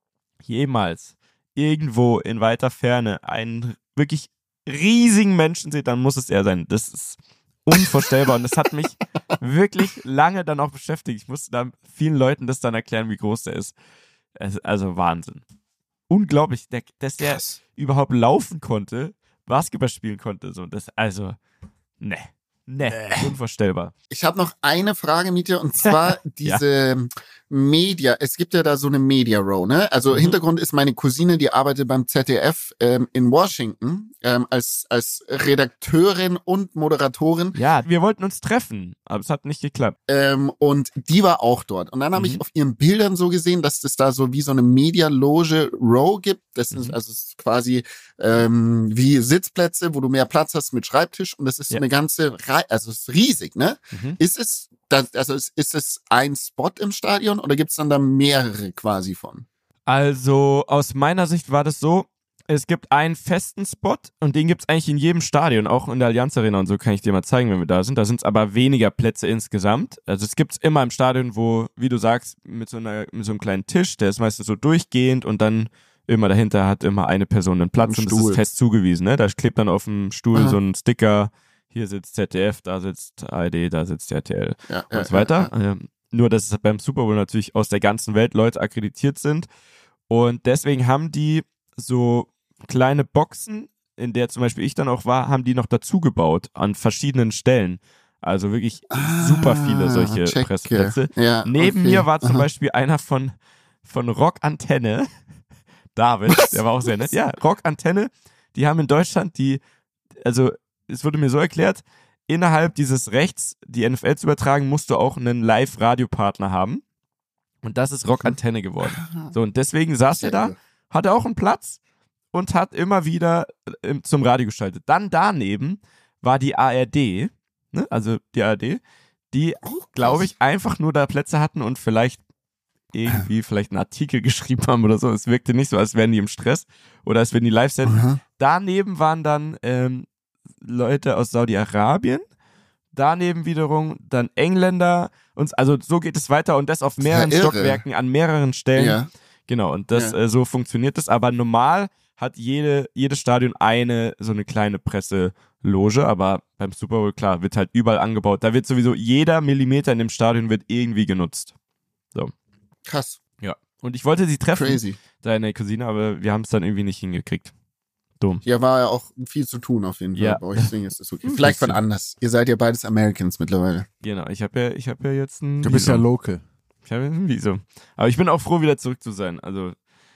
irgendwo in weiter Ferne einen wirklich riesigen Menschen seht, dann muss es er sein. Das ist unvorstellbar und das hat mich wirklich lange dann auch beschäftigt. Ich musste da vielen Leuten das dann erklären, wie groß der ist. Also Wahnsinn. Unglaublich, dass der überhaupt laufen konnte, Basketball spielen konnte. So, das, also, ne, unvorstellbar. Ich habe noch eine Frage mit dir und zwar diese Media. Es gibt ja da so eine Media Row, ne? Also Hintergrund ist meine Cousine, die arbeitet beim ZDF in Washington als Redakteurin und Moderatorin. Ja, wir wollten uns treffen, aber es hat nicht geklappt. Und die war auch dort. Und dann habe ich auf ihren Bildern so gesehen, dass es da so wie so eine Media-Loge Row gibt. Das ist also es ist quasi wie Sitzplätze, wo du mehr Platz hast mit Schreibtisch. Und das ist so eine ganze Reihe, also es ist riesig, ne? Ist es ein Spot im Stadion oder gibt es dann da mehrere quasi von? Also aus meiner Sicht war das so, es gibt einen festen Spot und den gibt es eigentlich in jedem Stadion, auch in der Allianz Arena und so, kann ich dir mal zeigen, wenn wir da sind. Da sind es aber weniger Plätze insgesamt. Also es gibt es immer im Stadion, wo, wie du sagst, mit so einem kleinen Tisch, der ist meistens so durchgehend und dann immer dahinter hat immer eine Person einen Platz und das ist fest zugewiesen. Ne? Da klebt dann auf dem Stuhl so ein Sticker, hier sitzt ZDF, da sitzt ARD, da sitzt RTL und so weiter. Nur, dass es beim Super Bowl natürlich aus der ganzen Welt Leute akkreditiert sind und deswegen haben die so kleine Boxen, in der zum Beispiel ich dann auch war, haben die noch dazu gebaut an verschiedenen Stellen. Also wirklich super viele solche Presseplätze. Ja, Neben mir war zum Beispiel einer von Rock Antenne, David, der war auch sehr nett. Ja, Rock Antenne, die haben in Deutschland also es wurde mir so erklärt, innerhalb dieses Rechts, die NFL zu übertragen, musst du auch einen Live-Radio-Partner haben. Und das ist Rock Antenne geworden. So, und deswegen saß er da, hatte auch einen Platz und hat immer wieder zum Radio geschaltet. Dann daneben war die ARD, ne? Also die ARD, die, glaube ich, einfach nur da Plätze hatten und vielleicht einen Artikel geschrieben haben oder so. Es wirkte nicht so, als wären die im Stress oder als wären die live senden. Daneben waren dann Leute aus Saudi-Arabien, daneben wiederum dann Engländer, also so geht es weiter und das auf mehreren Stockwerken an mehreren Stellen. Ja. Genau, und das so funktioniert das, aber normal hat jedes Stadion so eine kleine Presseloge, aber beim Super Bowl, klar, wird halt überall angebaut. Da wird sowieso jeder Millimeter in dem Stadion wird irgendwie genutzt. So. Krass. Ja, und ich wollte sie treffen, Crazy. Deine Cousine, aber wir haben es dann irgendwie nicht hingekriegt. Dumm. Ja, war ja auch viel zu tun auf jeden Fall ja. bei euch, deswegen ist das okay. Vielleicht von anders. Ihr seid ja beides Americans mittlerweile. Genau, ich hab ja jetzt ein Du bist ja local. Ich habe ein Visum. Aber ich bin auch froh, wieder zurück zu sein. Also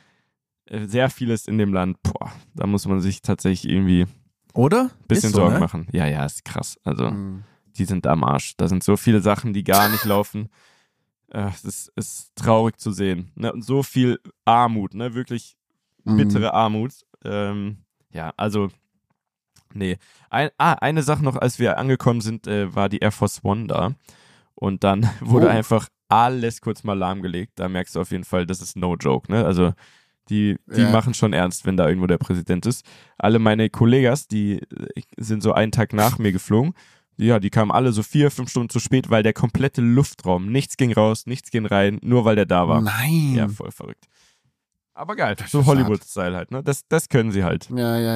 sehr vieles in dem Land, da muss man sich tatsächlich irgendwie ein bisschen Sorgen machen. Ja, ist krass. Also die sind am Arsch. Da sind so viele Sachen, die gar nicht laufen. Es ist traurig zu sehen. Ne? Und so viel Armut, ne? Wirklich bittere Armut. Ja, also, nee. Eine Sache noch, als wir angekommen sind, war die Air Force One da. Und dann wurde einfach alles kurz mal lahmgelegt. Da merkst du auf jeden Fall, das ist no joke, ne? Also, die machen schon ernst, wenn da irgendwo der Präsident ist. Alle meine Kollegas, die sind so einen Tag nach mir geflogen. Ja, die kamen alle so 4-5 Stunden zu spät, weil der komplette Luftraum, nichts ging raus, nichts ging rein, nur weil der da war. Nein. Ja, voll verrückt. Aber geil, so Hollywood-Style halt, ne? Das können sie halt.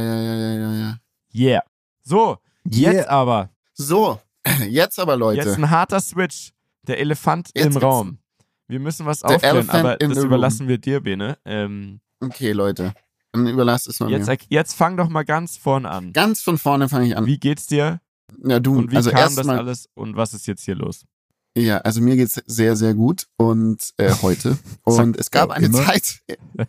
Ja. Yeah. So, jetzt aber. So, jetzt aber, Leute. Jetzt ein harter Switch. Der Elefant im Raum. Wir müssen was aufklären, aber das überlassen wir dir, Bene. Okay, Leute. Dann überlass es mal mir. Jetzt fang doch mal ganz vorne an. Ganz von vorne fange ich an. Wie geht's dir? Ja, du. Und wie kam das alles und was ist jetzt hier los? Ja, also mir geht's sehr, sehr gut und heute. Und es gab eine Zeit.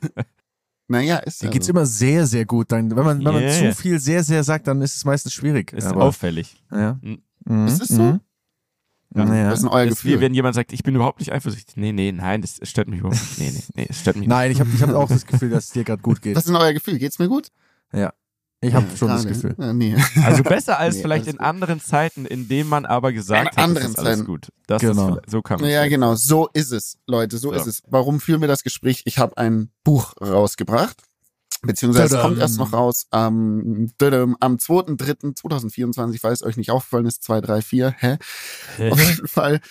Naja, ist Mir geht's immer sehr, sehr gut. Wenn man zu viel sehr, sehr sagt, dann ist es meistens schwierig. Ist auffällig. Ja. Ist es so? Ja. Das ist euer Gefühl. Wie wenn jemand sagt, ich bin überhaupt nicht eifersüchtig. Nein, das stört mich überhaupt nicht. Nee, es stört mich nicht. Nein, ich hab auch das Gefühl, dass es dir gerade gut geht. Was ist denn euer Gefühl? Geht's mir gut? Ja. Ich habe schon das Gefühl. Nee. Also besser als vielleicht in anderen Zeiten, in denen man aber gesagt hat, das ist alles gut. So kann man Ja, genau. So ist es, Leute. So ist es. Warum führen wir das Gespräch? Ich habe ein Buch rausgebracht. Beziehungsweise es kommt erst noch raus am 2.3.2024, falls euch nicht aufgefallen ist, 2, 3, 4. Auf jeden Fall.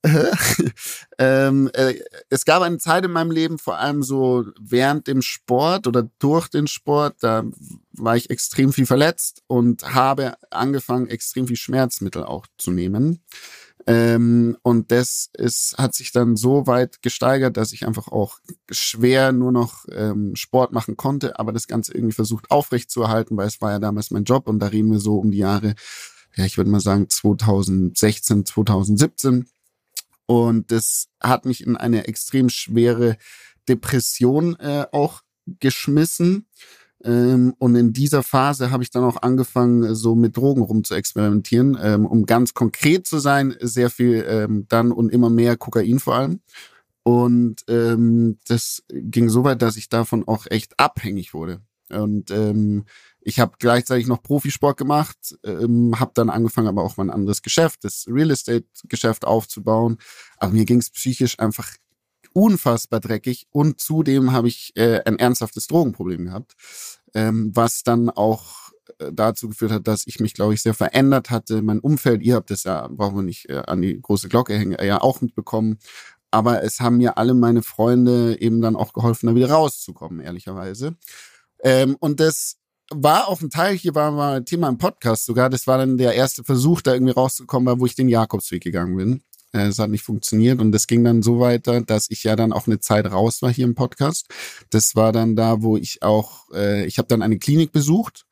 Es gab eine Zeit in meinem Leben, vor allem so während dem Sport oder durch den Sport, da war ich extrem viel verletzt und habe angefangen, extrem viel Schmerzmittel auch zu nehmen. Und hat sich dann so weit gesteigert, dass ich einfach auch schwer nur noch Sport machen konnte, aber das Ganze irgendwie versucht aufrechtzuerhalten, weil es war ja damals mein Job und da reden wir so um die Jahre, ja, ich würde mal sagen 2016, 2017. Und das hat mich in eine extrem schwere Depression auch geschmissen. Und in dieser Phase habe ich dann auch angefangen, so mit Drogen rum zu experimentieren, um ganz konkret zu sein, sehr viel dann und immer mehr Kokain vor allem. Und das ging so weit, dass ich davon auch echt abhängig wurde. Und ich habe gleichzeitig noch Profisport gemacht, habe dann angefangen, aber auch mal ein anderes Geschäft, das Real Estate-Geschäft aufzubauen. Aber mir ging es psychisch einfach unfassbar dreckig und zudem habe ich ein ernsthaftes Drogenproblem gehabt, was dann auch dazu geführt hat, dass ich mich, glaube ich, sehr verändert hatte. Mein Umfeld, ihr habt das ja, brauchen wir nicht an die große Glocke hängen, ja auch mitbekommen. Aber es haben mir alle meine Freunde eben dann auch geholfen, da wieder rauszukommen, ehrlicherweise. Und das war auch ein Teil, hier war mal ein Thema im Podcast sogar, das war dann der erste Versuch, da irgendwie rauszukommen, wo ich den Jakobsweg gegangen bin. Es hat nicht funktioniert und das ging dann so weiter, dass ich ja dann auch eine Zeit raus war hier im Podcast. Das war dann da, wo ich auch, ich habe dann eine Klinik besucht.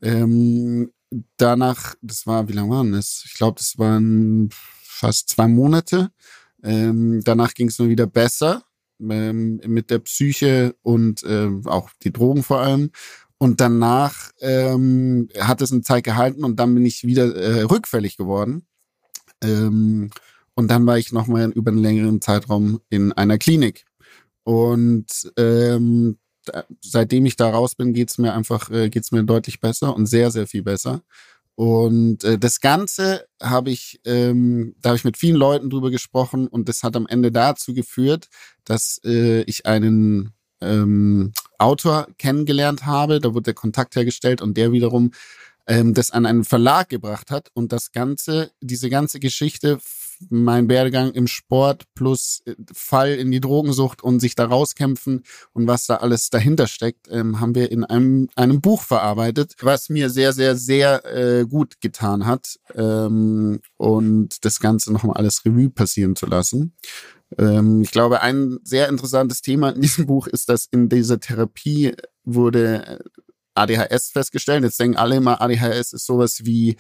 Danach, das war, wie lange waren das? Ich glaube, das waren fast 2 Monate. Danach ging es mir wieder besser mit der Psyche und auch die Drogen vor allem. Und danach hat es eine Zeit gehalten und dann bin ich wieder rückfällig geworden. Und dann war ich nochmal über einen längeren Zeitraum in einer Klinik. Und seitdem ich da raus bin, geht's mir deutlich besser und sehr, sehr viel besser. Und das Ganze da habe ich mit vielen Leuten drüber gesprochen und das hat am Ende dazu geführt, dass ich einen Autor kennengelernt habe. Da wurde der Kontakt hergestellt und der wiederum das an einen Verlag gebracht hat und diese ganze Geschichte, mein Werdegang im Sport plus Fall in die Drogensucht und sich da rauskämpfen und was da alles dahinter steckt, haben wir in einem Buch verarbeitet, was mir sehr, sehr, sehr gut getan hat und das Ganze nochmal alles Revue passieren zu lassen. Ich glaube, ein sehr interessantes Thema in diesem Buch ist, dass in dieser Therapie wurde ADHS festgestellt. Jetzt denken alle immer, ADHS ist sowas wie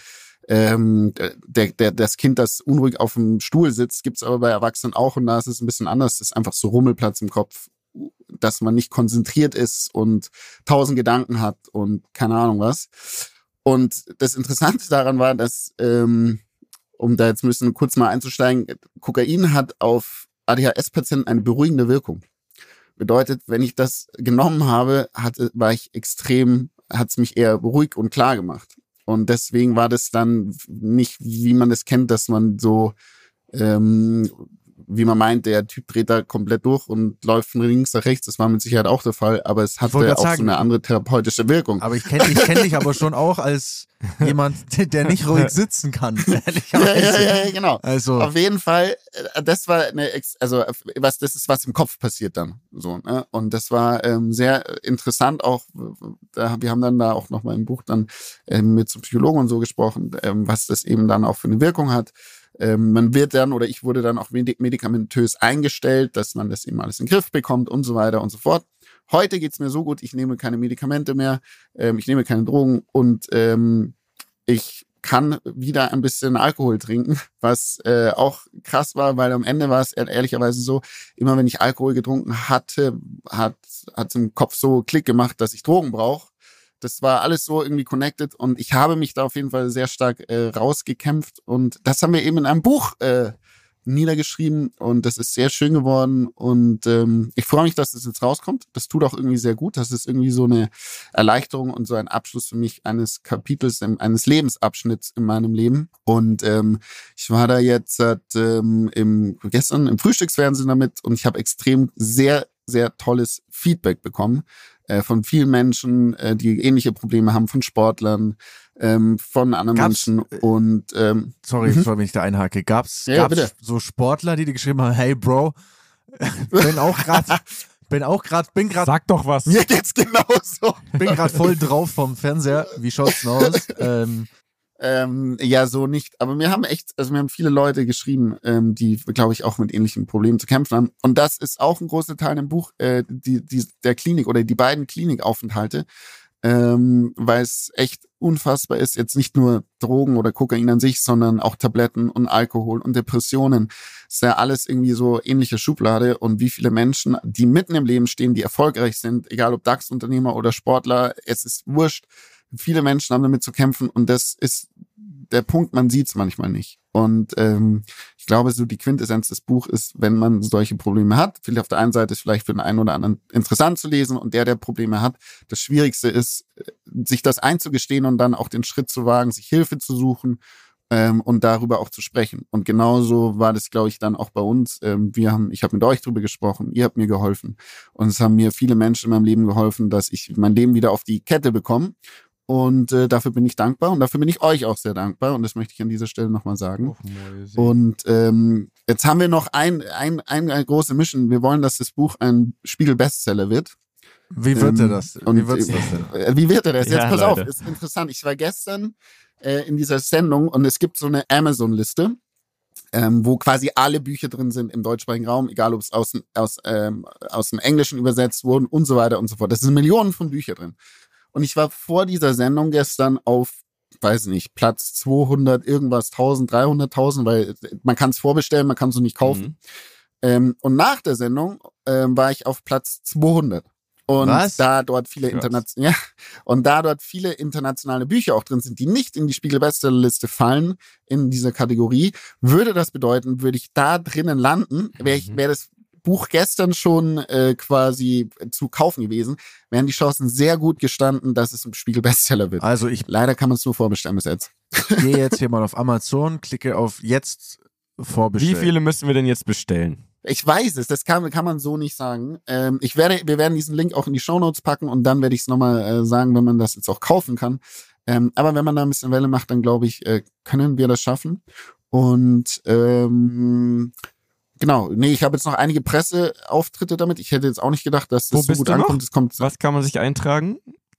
das Kind, das unruhig auf dem Stuhl sitzt, gibt's aber bei Erwachsenen auch und da ist es ein bisschen anders. Das ist einfach so Rummelplatz im Kopf, dass man nicht konzentriert ist und 1000 Gedanken hat und keine Ahnung was. Und das Interessante daran war, dass, um da jetzt ein bisschen kurz mal einzusteigen, Kokain hat auf ADHS-Patienten eine beruhigende Wirkung. Bedeutet, wenn ich das genommen habe, hat es mich eher ruhig und klar gemacht. Und deswegen war das dann nicht, wie man das kennt, dass man so, wie man meint, der Typ dreht da komplett durch und läuft von links nach rechts. Das war mit Sicherheit auch der Fall, aber es hatte auch so eine andere therapeutische Wirkung. Aber ich kenn dich aber schon auch als jemand, der nicht ruhig sitzen kann. Ja, genau. Also auf jeden Fall, das war das ist, was im Kopf passiert dann. So, ne? Und das war sehr interessant auch. Wir haben dann da auch nochmal im Buch dann mit zum Psychologen und so gesprochen, was das eben dann auch für eine Wirkung hat. Man wird dann, oder ich wurde dann auch medikamentös eingestellt, dass man das eben alles in den Griff bekommt und so weiter und so fort. Heute geht's mir so gut, ich nehme keine Medikamente mehr, ich nehme keine Drogen und ich kann wieder ein bisschen Alkohol trinken, was auch krass war, weil am Ende war es ehrlicherweise so, immer wenn ich Alkohol getrunken hatte, hat es im Kopf so Klick gemacht, dass ich Drogen brauche. Das war alles so irgendwie connected und ich habe mich da auf jeden Fall sehr stark rausgekämpft und das haben wir eben in einem Buch niedergeschrieben und das ist sehr schön geworden und ich freue mich, dass das jetzt rauskommt. Das tut auch irgendwie sehr gut. Das ist irgendwie so eine Erleichterung und so ein Abschluss für mich eines Kapitels, eines Lebensabschnitts in meinem Leben und ich war da jetzt gestern im Frühstücksfernsehen damit und ich habe extrem sehr, sehr tolles Feedback bekommen von vielen Menschen, die ähnliche Probleme haben, von Sportlern, von anderen Menschen und sorry, wenn ich da einhake. Gab's so Sportler, die geschrieben haben, hey Bro, bin gerade Sag doch was. Mir geht's genauso. Bin gerade voll drauf vom Fernseher. Wie schaut's denn aus? Ja, so nicht. Aber wir haben viele Leute geschrieben, die, glaube ich, auch mit ähnlichen Problemen zu kämpfen haben. Und das ist auch ein großer Teil im Buch, der Klinik oder die beiden Klinikaufenthalte, weil es echt unfassbar ist, jetzt nicht nur Drogen oder Kokain an sich, sondern auch Tabletten und Alkohol und Depressionen. Das ist ja alles irgendwie so ähnliche Schublade. Und wie viele Menschen, die mitten im Leben stehen, die erfolgreich sind, egal ob DAX-Unternehmer oder Sportler, es ist wurscht. Viele Menschen haben damit zu kämpfen und das ist der Punkt, man sieht es manchmal nicht. Und ich glaube, so die Quintessenz des Buchs ist, wenn man solche Probleme hat, vielleicht auf der einen Seite ist vielleicht für den einen oder anderen interessant zu lesen und der Probleme hat, das Schwierigste ist, sich das einzugestehen und dann auch den Schritt zu wagen, sich Hilfe zu suchen und darüber auch zu sprechen. Und genauso war das, glaube ich, dann auch bei uns. Ich habe mit euch drüber gesprochen, ihr habt mir geholfen und es haben mir viele Menschen in meinem Leben geholfen, dass ich mein Leben wieder auf die Kette bekomme. Und dafür bin ich dankbar und dafür bin ich euch auch sehr dankbar und das möchte ich an dieser Stelle nochmal sagen. Und jetzt haben wir noch eine große Mission. Wir wollen, dass das Buch ein Spiegel-Bestseller wird. Wie wird er das? Wie wird er das? Jetzt pass auf, ist interessant. Ich war gestern in dieser Sendung und es gibt so eine Amazon-Liste, wo quasi alle Bücher drin sind im deutschsprachigen Raum, egal ob es aus dem Englischen übersetzt wurden und so weiter und so fort. Das sind Millionen von Büchern drin. Und ich war vor dieser Sendung gestern auf, weiß nicht, Platz 200 irgendwas, 1000, 300.000, weil man kann es vorbestellen, man kann es so nicht kaufen. Und nach der Sendung war ich auf Platz 200. Und da dort viele internationale Bücher auch drin sind, die nicht in die Spiegel-Bestsellerliste fallen, in dieser Kategorie, würde das bedeuten, würde ich da drinnen landen, wäre das Buch gestern schon quasi zu kaufen gewesen, wären die Chancen sehr gut gestanden, dass es ein Spiegel-Bestseller wird. Also leider kann man es nur vorbestellen bis jetzt. Gehe jetzt hier mal auf Amazon, klicke auf jetzt vorbestellen. Wie viele müssen wir denn jetzt bestellen? Ich weiß es, das kann man so nicht sagen. Wir werden diesen Link auch in die Shownotes packen und dann werde ich es nochmal sagen, wenn man das jetzt auch kaufen kann. Aber wenn man da ein bisschen Welle macht, dann glaube ich, können wir das schaffen. Und genau, ich habe jetzt noch einige Presseauftritte damit. Ich hätte jetzt auch nicht gedacht, dass das so gut ankommt. Was kann man sich eintragen?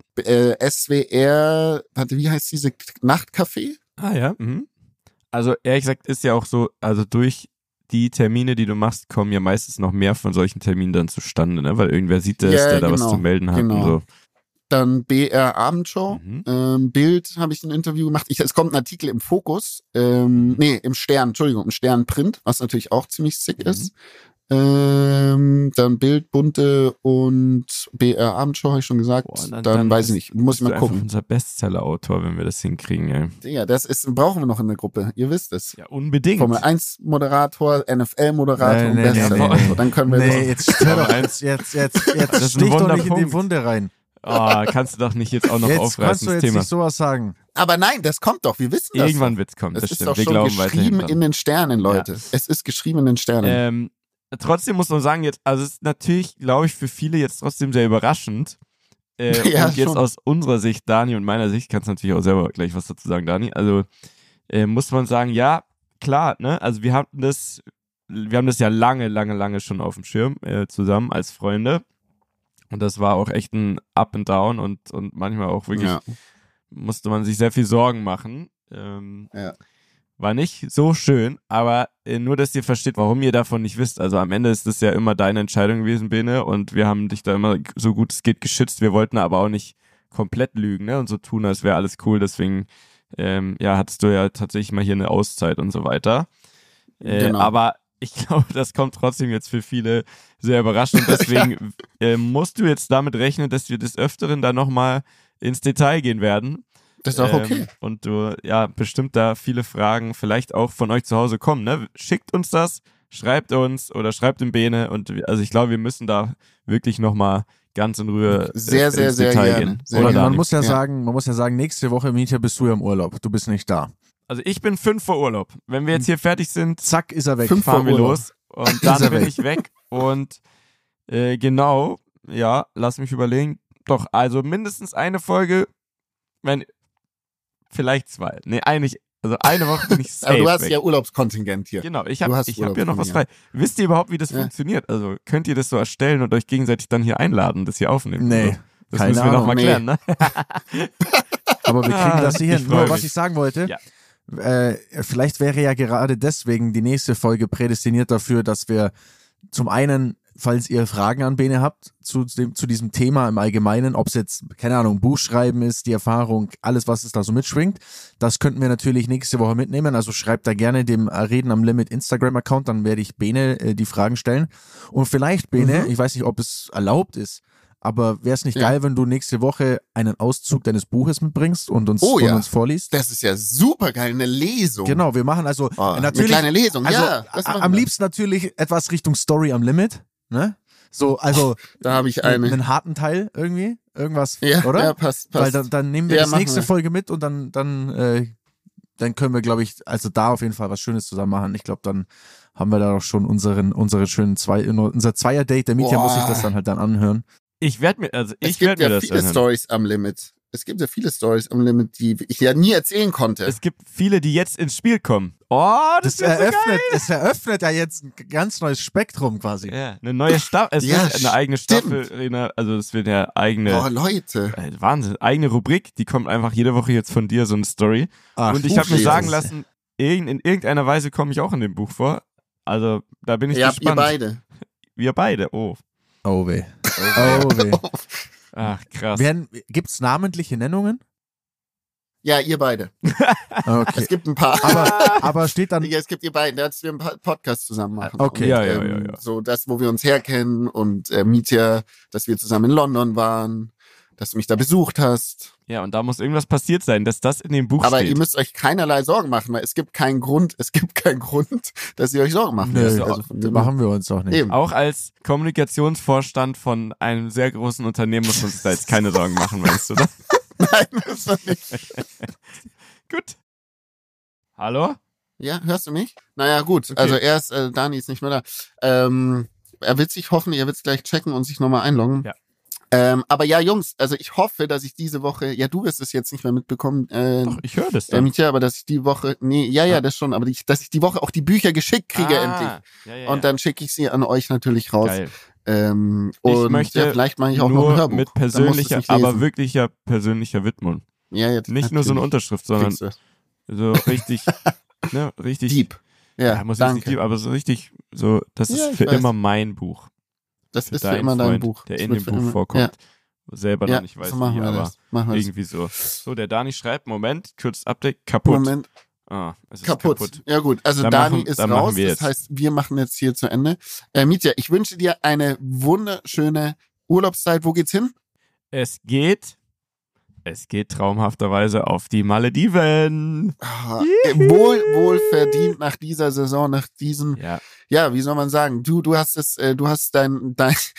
SWR, wie heißt diese Nachtcafé? Ah ja. Also ehrlich gesagt ist ja auch so, also durch die Termine, die du machst, kommen ja meistens noch mehr von solchen Terminen dann zustande, ne? Weil irgendwer sieht das, der da was zu melden hat und so. Dann BR Abendshow, Bild habe ich ein Interview gemacht. Es kommt ein Artikel im Fokus, im Stern Print, was natürlich auch ziemlich sick ist. Dann Bild, Bunte und BR Abendshow, habe ich schon gesagt. Dann weiß ich nicht, muss ich mal gucken. Unser Bestseller-Autor, wenn wir das hinkriegen, ey. Ja, brauchen wir noch in der Gruppe, ihr wisst es. Ja, unbedingt. Formel 1 Moderator, NFL-Moderator und Bestseller-Autor. Dann können wir jetzt stich doch nicht in die Wunde rein. Oh, kannst du doch nicht jetzt auch noch aufreißen, kannst du jetzt nicht sowas sagen. Aber nein, das kommt doch, wir wissen das. Irgendwann wird's kommen, das ist stimmt. Doch schon geschrieben in den Sternen, Leute. Ja. Es ist geschrieben in den Sternen. Trotzdem muss man sagen, jetzt, also es ist natürlich, glaube ich, für viele jetzt trotzdem sehr überraschend. Und jetzt schon. Aus unserer Sicht, Dani, und meiner Sicht, kannst du natürlich auch selber gleich was dazu sagen, Dani. Also muss man sagen, ja, klar, ne? Also wir haben das ja lange schon auf dem Schirm zusammen als Freunde. Und das war auch echt ein Up and Down und manchmal auch wirklich musste man sich sehr viel Sorgen machen. War nicht so schön, aber nur, dass ihr versteht, warum ihr davon nicht wisst. Also am Ende ist das ja immer deine Entscheidung gewesen, Bene, und wir haben dich da immer so gut es geht geschützt. Wir wollten aber auch nicht komplett lügen, ne, und so tun, als wäre alles cool. Deswegen, hattest du ja tatsächlich mal hier eine Auszeit und so weiter. Genau. Aber ich glaube, das kommt trotzdem jetzt für viele sehr überraschend. Und deswegen musst du jetzt damit rechnen, dass wir des Öfteren da nochmal ins Detail gehen werden. Das ist auch okay. Und du, bestimmt da viele Fragen vielleicht auch von euch zu Hause kommen, ne? Schickt uns das, schreibt uns oder schreibt im Bene. Und also ich glaube, wir müssen da wirklich nochmal ganz in Ruhe sehr Detail gehen. Man muss ja sagen, nächste Woche, Mietja, bist du ja im Urlaub. Du bist nicht da. Also ich bin 5 vor Urlaub. Wenn wir jetzt hier fertig sind, zack, ist er weg. Fahren wir los und dann bin ich weg. Und genau, lass mich überlegen. Doch, also mindestens eine Folge, vielleicht 2. Nee, eigentlich, also eine Woche bin ich safe. Aber du hast weg. Ja Urlaubskontingent hier. Genau, ich hab hier noch was frei. Wisst ihr überhaupt, wie das funktioniert? Also könnt ihr das so erstellen und euch gegenseitig dann hier einladen, das hier aufnehmen? Nee. Das müssen wir noch mal klären, ne? Aber wir kriegen das hier hin. Nur, was mich. ich sagen wollte, Ja. vielleicht wäre ja gerade deswegen die nächste Folge prädestiniert dafür, dass wir zum einen, falls ihr Fragen an Bene habt zu diesem Thema im Allgemeinen, ob es jetzt, keine Ahnung, Buchschreiben ist, die Erfahrung, alles, was es da so mitschwingt, das könnten wir natürlich nächste Woche mitnehmen. Also schreibt da gerne dem Reden am Limit Instagram-Account, dann werde ich Bene die Fragen stellen. Und vielleicht, Bene, ich weiß nicht, ob es erlaubt ist, aber wäre es nicht geil, wenn du nächste Woche einen Auszug deines Buches mitbringst und uns, uns vorliest? Das ist ja super geil, eine Lesung. Genau, wir machen also eine natürlich kleine Lesung, also ja. Am liebsten natürlich etwas Richtung Story am Limit, ne? So, also da habe ich einen harten Teil irgendwie, irgendwas, ja, oder? Ja, passt. Weil dann nehmen wir ja, das nächste Folge mit und dann können wir, glaube ich, also da auf jeden Fall was Schönes zusammen machen. Ich glaube, dann haben wir da doch schon unsere schönen unser Zweier-Date. Der Mietja muss sich das dann halt dann anhören. Ich werde mir das Es gibt ja viele Stories am Limit. Es gibt ja viele Stories am Limit, die ich ja nie erzählen konnte. Es gibt viele, die jetzt ins Spiel kommen. Oh, das eröffnet, so geil. Es eröffnet ja jetzt ein ganz neues Spektrum quasi. Ja, eine neue Staffel. Es wird eine eigene Staffel, also es wird ja eigene. Oh, Leute. Wahnsinn. Eigene Rubrik, die kommt einfach jede Woche jetzt von dir, so eine Story. Ach, und ich habe mir sagen lassen, in irgendeiner Weise komme ich auch in dem Buch vor. Also, da bin ich gespannt. Ihr beide. Wir beide, oh. Oh weh. Oh weh. Ach, krass. Gibt's namentliche Nennungen? Ja, ihr beide. Okay. Es gibt ein paar. Aber steht dann... Ja, es gibt ihr beiden, dass wir einen Podcast zusammen machen. Okay. Und, ja. So das, wo wir uns herkennen und Mietja, dass wir zusammen in London waren, dass du mich da besucht hast. Ja, und da muss irgendwas passiert sein, dass das in dem Buch steht. Aber ihr müsst euch keinerlei Sorgen machen, weil es gibt keinen Grund, dass ihr euch Sorgen machen müsst. Also machen wir uns auch nicht. Eben. Auch als Kommunikationsvorstand von einem sehr großen Unternehmen muss man sich da jetzt keine Sorgen machen, meinst du, oder? Nein, das war nicht. Gut. Hallo? Ja, hörst du mich? Naja, gut. Okay. Also Dani ist nicht mehr da. Er wird sich hoffentlich, er wird es gleich checken und sich nochmal einloggen. Ja. Aber ja, Jungs, also ich hoffe, dass ich diese Woche, ja, du wirst es jetzt nicht mehr mitbekommen. Doch, ich höre das dann. Mietja, aber dass ich die Woche, das schon, aber dass ich die Woche auch die Bücher geschickt kriege endlich. Ja. Und dann schicke ich sie an euch natürlich raus. Geil. Und ich möchte vielleicht mache ich auch nur noch ein Hörbuch. Mit persönlicher, aber wirklicher persönlicher Widmung. Ja, jetzt nicht nur so eine Unterschrift, sondern so richtig, richtig deep. Ja, muss danke. nicht deep, aber so richtig, so, das ist für immer mein Buch. Das ist für immer dein Buch. Der in dem Buch vorkommt. Selber noch nicht weiß, so wie, aber irgendwie so. So, der Dani schreibt, Moment, kurzes Update, kaputt. Moment. Es ist kaputt. Ja gut, also Dani ist raus, das heißt, wir machen jetzt hier zu Ende. Mietja, ich wünsche dir eine wunderschöne Urlaubszeit. Wo geht's hin? Es geht traumhafterweise auf die Malediven. Wohl verdient nach dieser Saison, nach diesem, wie soll man sagen, du hast dein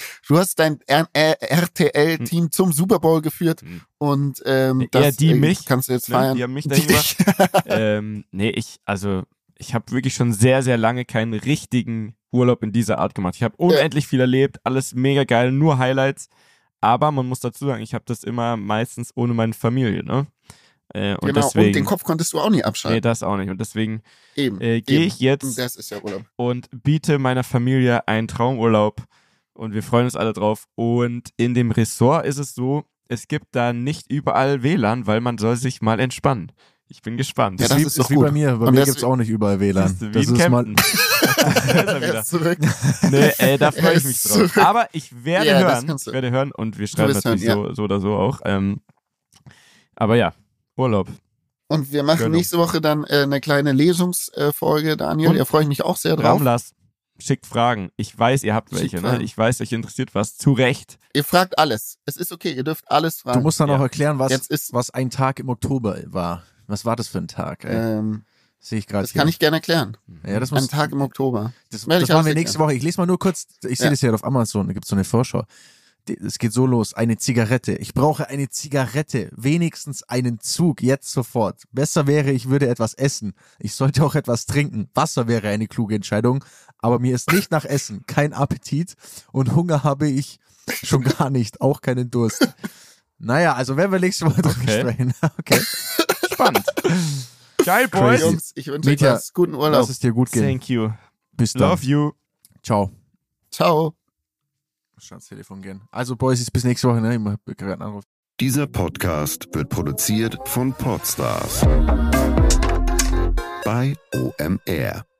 RTL-Team zum Super Bowl geführt und das mich, kannst du jetzt feiern. Die haben mich dahin gebracht. Ich habe wirklich schon sehr, sehr lange keinen richtigen Urlaub in dieser Art gemacht. Ich habe unendlich viel erlebt, alles mega geil, nur Highlights. Aber man muss dazu sagen, ich habe das immer meistens ohne meine Familie, ne? Und deswegen, und den Kopf konntest du auch nie abschalten. Nee, das auch nicht. Und deswegen gehe ich jetzt das ist ja Urlaub. Und biete meiner Familie einen Traumurlaub. Und wir freuen uns alle drauf. Und in dem Ressort ist es so, es gibt da nicht überall WLAN, weil man soll sich mal entspannen. Ich bin gespannt. Ja, das ist wie bei mir. Bei mir gibt es auch nicht überall WLAN. Das ist mal. Er ist zurück. Nee, da freue ich mich drauf. Aber ich werde hören und wir schreiben natürlich so oder so auch. Aber ja, Urlaub. Und wir machen nächste Woche dann eine kleine Lesungsfolge, Daniel. Da freue ich mich auch sehr drauf. Ramlas, schickt Fragen. Ich weiß, ihr habt welche. Ne? Ich weiß, euch interessiert was. Zu Recht. Ihr fragt alles. Es ist okay, ihr dürft alles fragen. Du musst dann auch erklären, was ein Tag im Oktober war. Was war das für ein Tag? Sehe ich gerade. Das kann ich gerne erklären. Ja, das ein Tag im Oktober. Das machen wir nächste Woche. Ich lese mal nur kurz. Ich sehe das ja auf Amazon. Da gibt es so eine Vorschau. Es geht so los. Eine Zigarette. Ich brauche eine Zigarette. Wenigstens einen Zug. Jetzt sofort. Besser wäre, ich würde etwas essen. Ich sollte auch etwas trinken. Wasser wäre eine kluge Entscheidung. Aber mir ist nicht nach Essen. Kein Appetit. Und Hunger habe ich schon gar nicht. Auch keinen Durst. Naja, also werden wir nächste Woche drüber sprechen. Okay. Spannend. Geil, Boys. Jungs, ich wünsche euch was. Guten Urlaub. Lass es dir gut gehen. Thank you. Bis dann. Love you. Ciao. Ciao. Muss schon ans Telefon gehen. Also, Boys, bis nächste Woche. Ne? Ich habe gerade einen Anruf. Dieser Podcast wird produziert von Podstars bei OMR.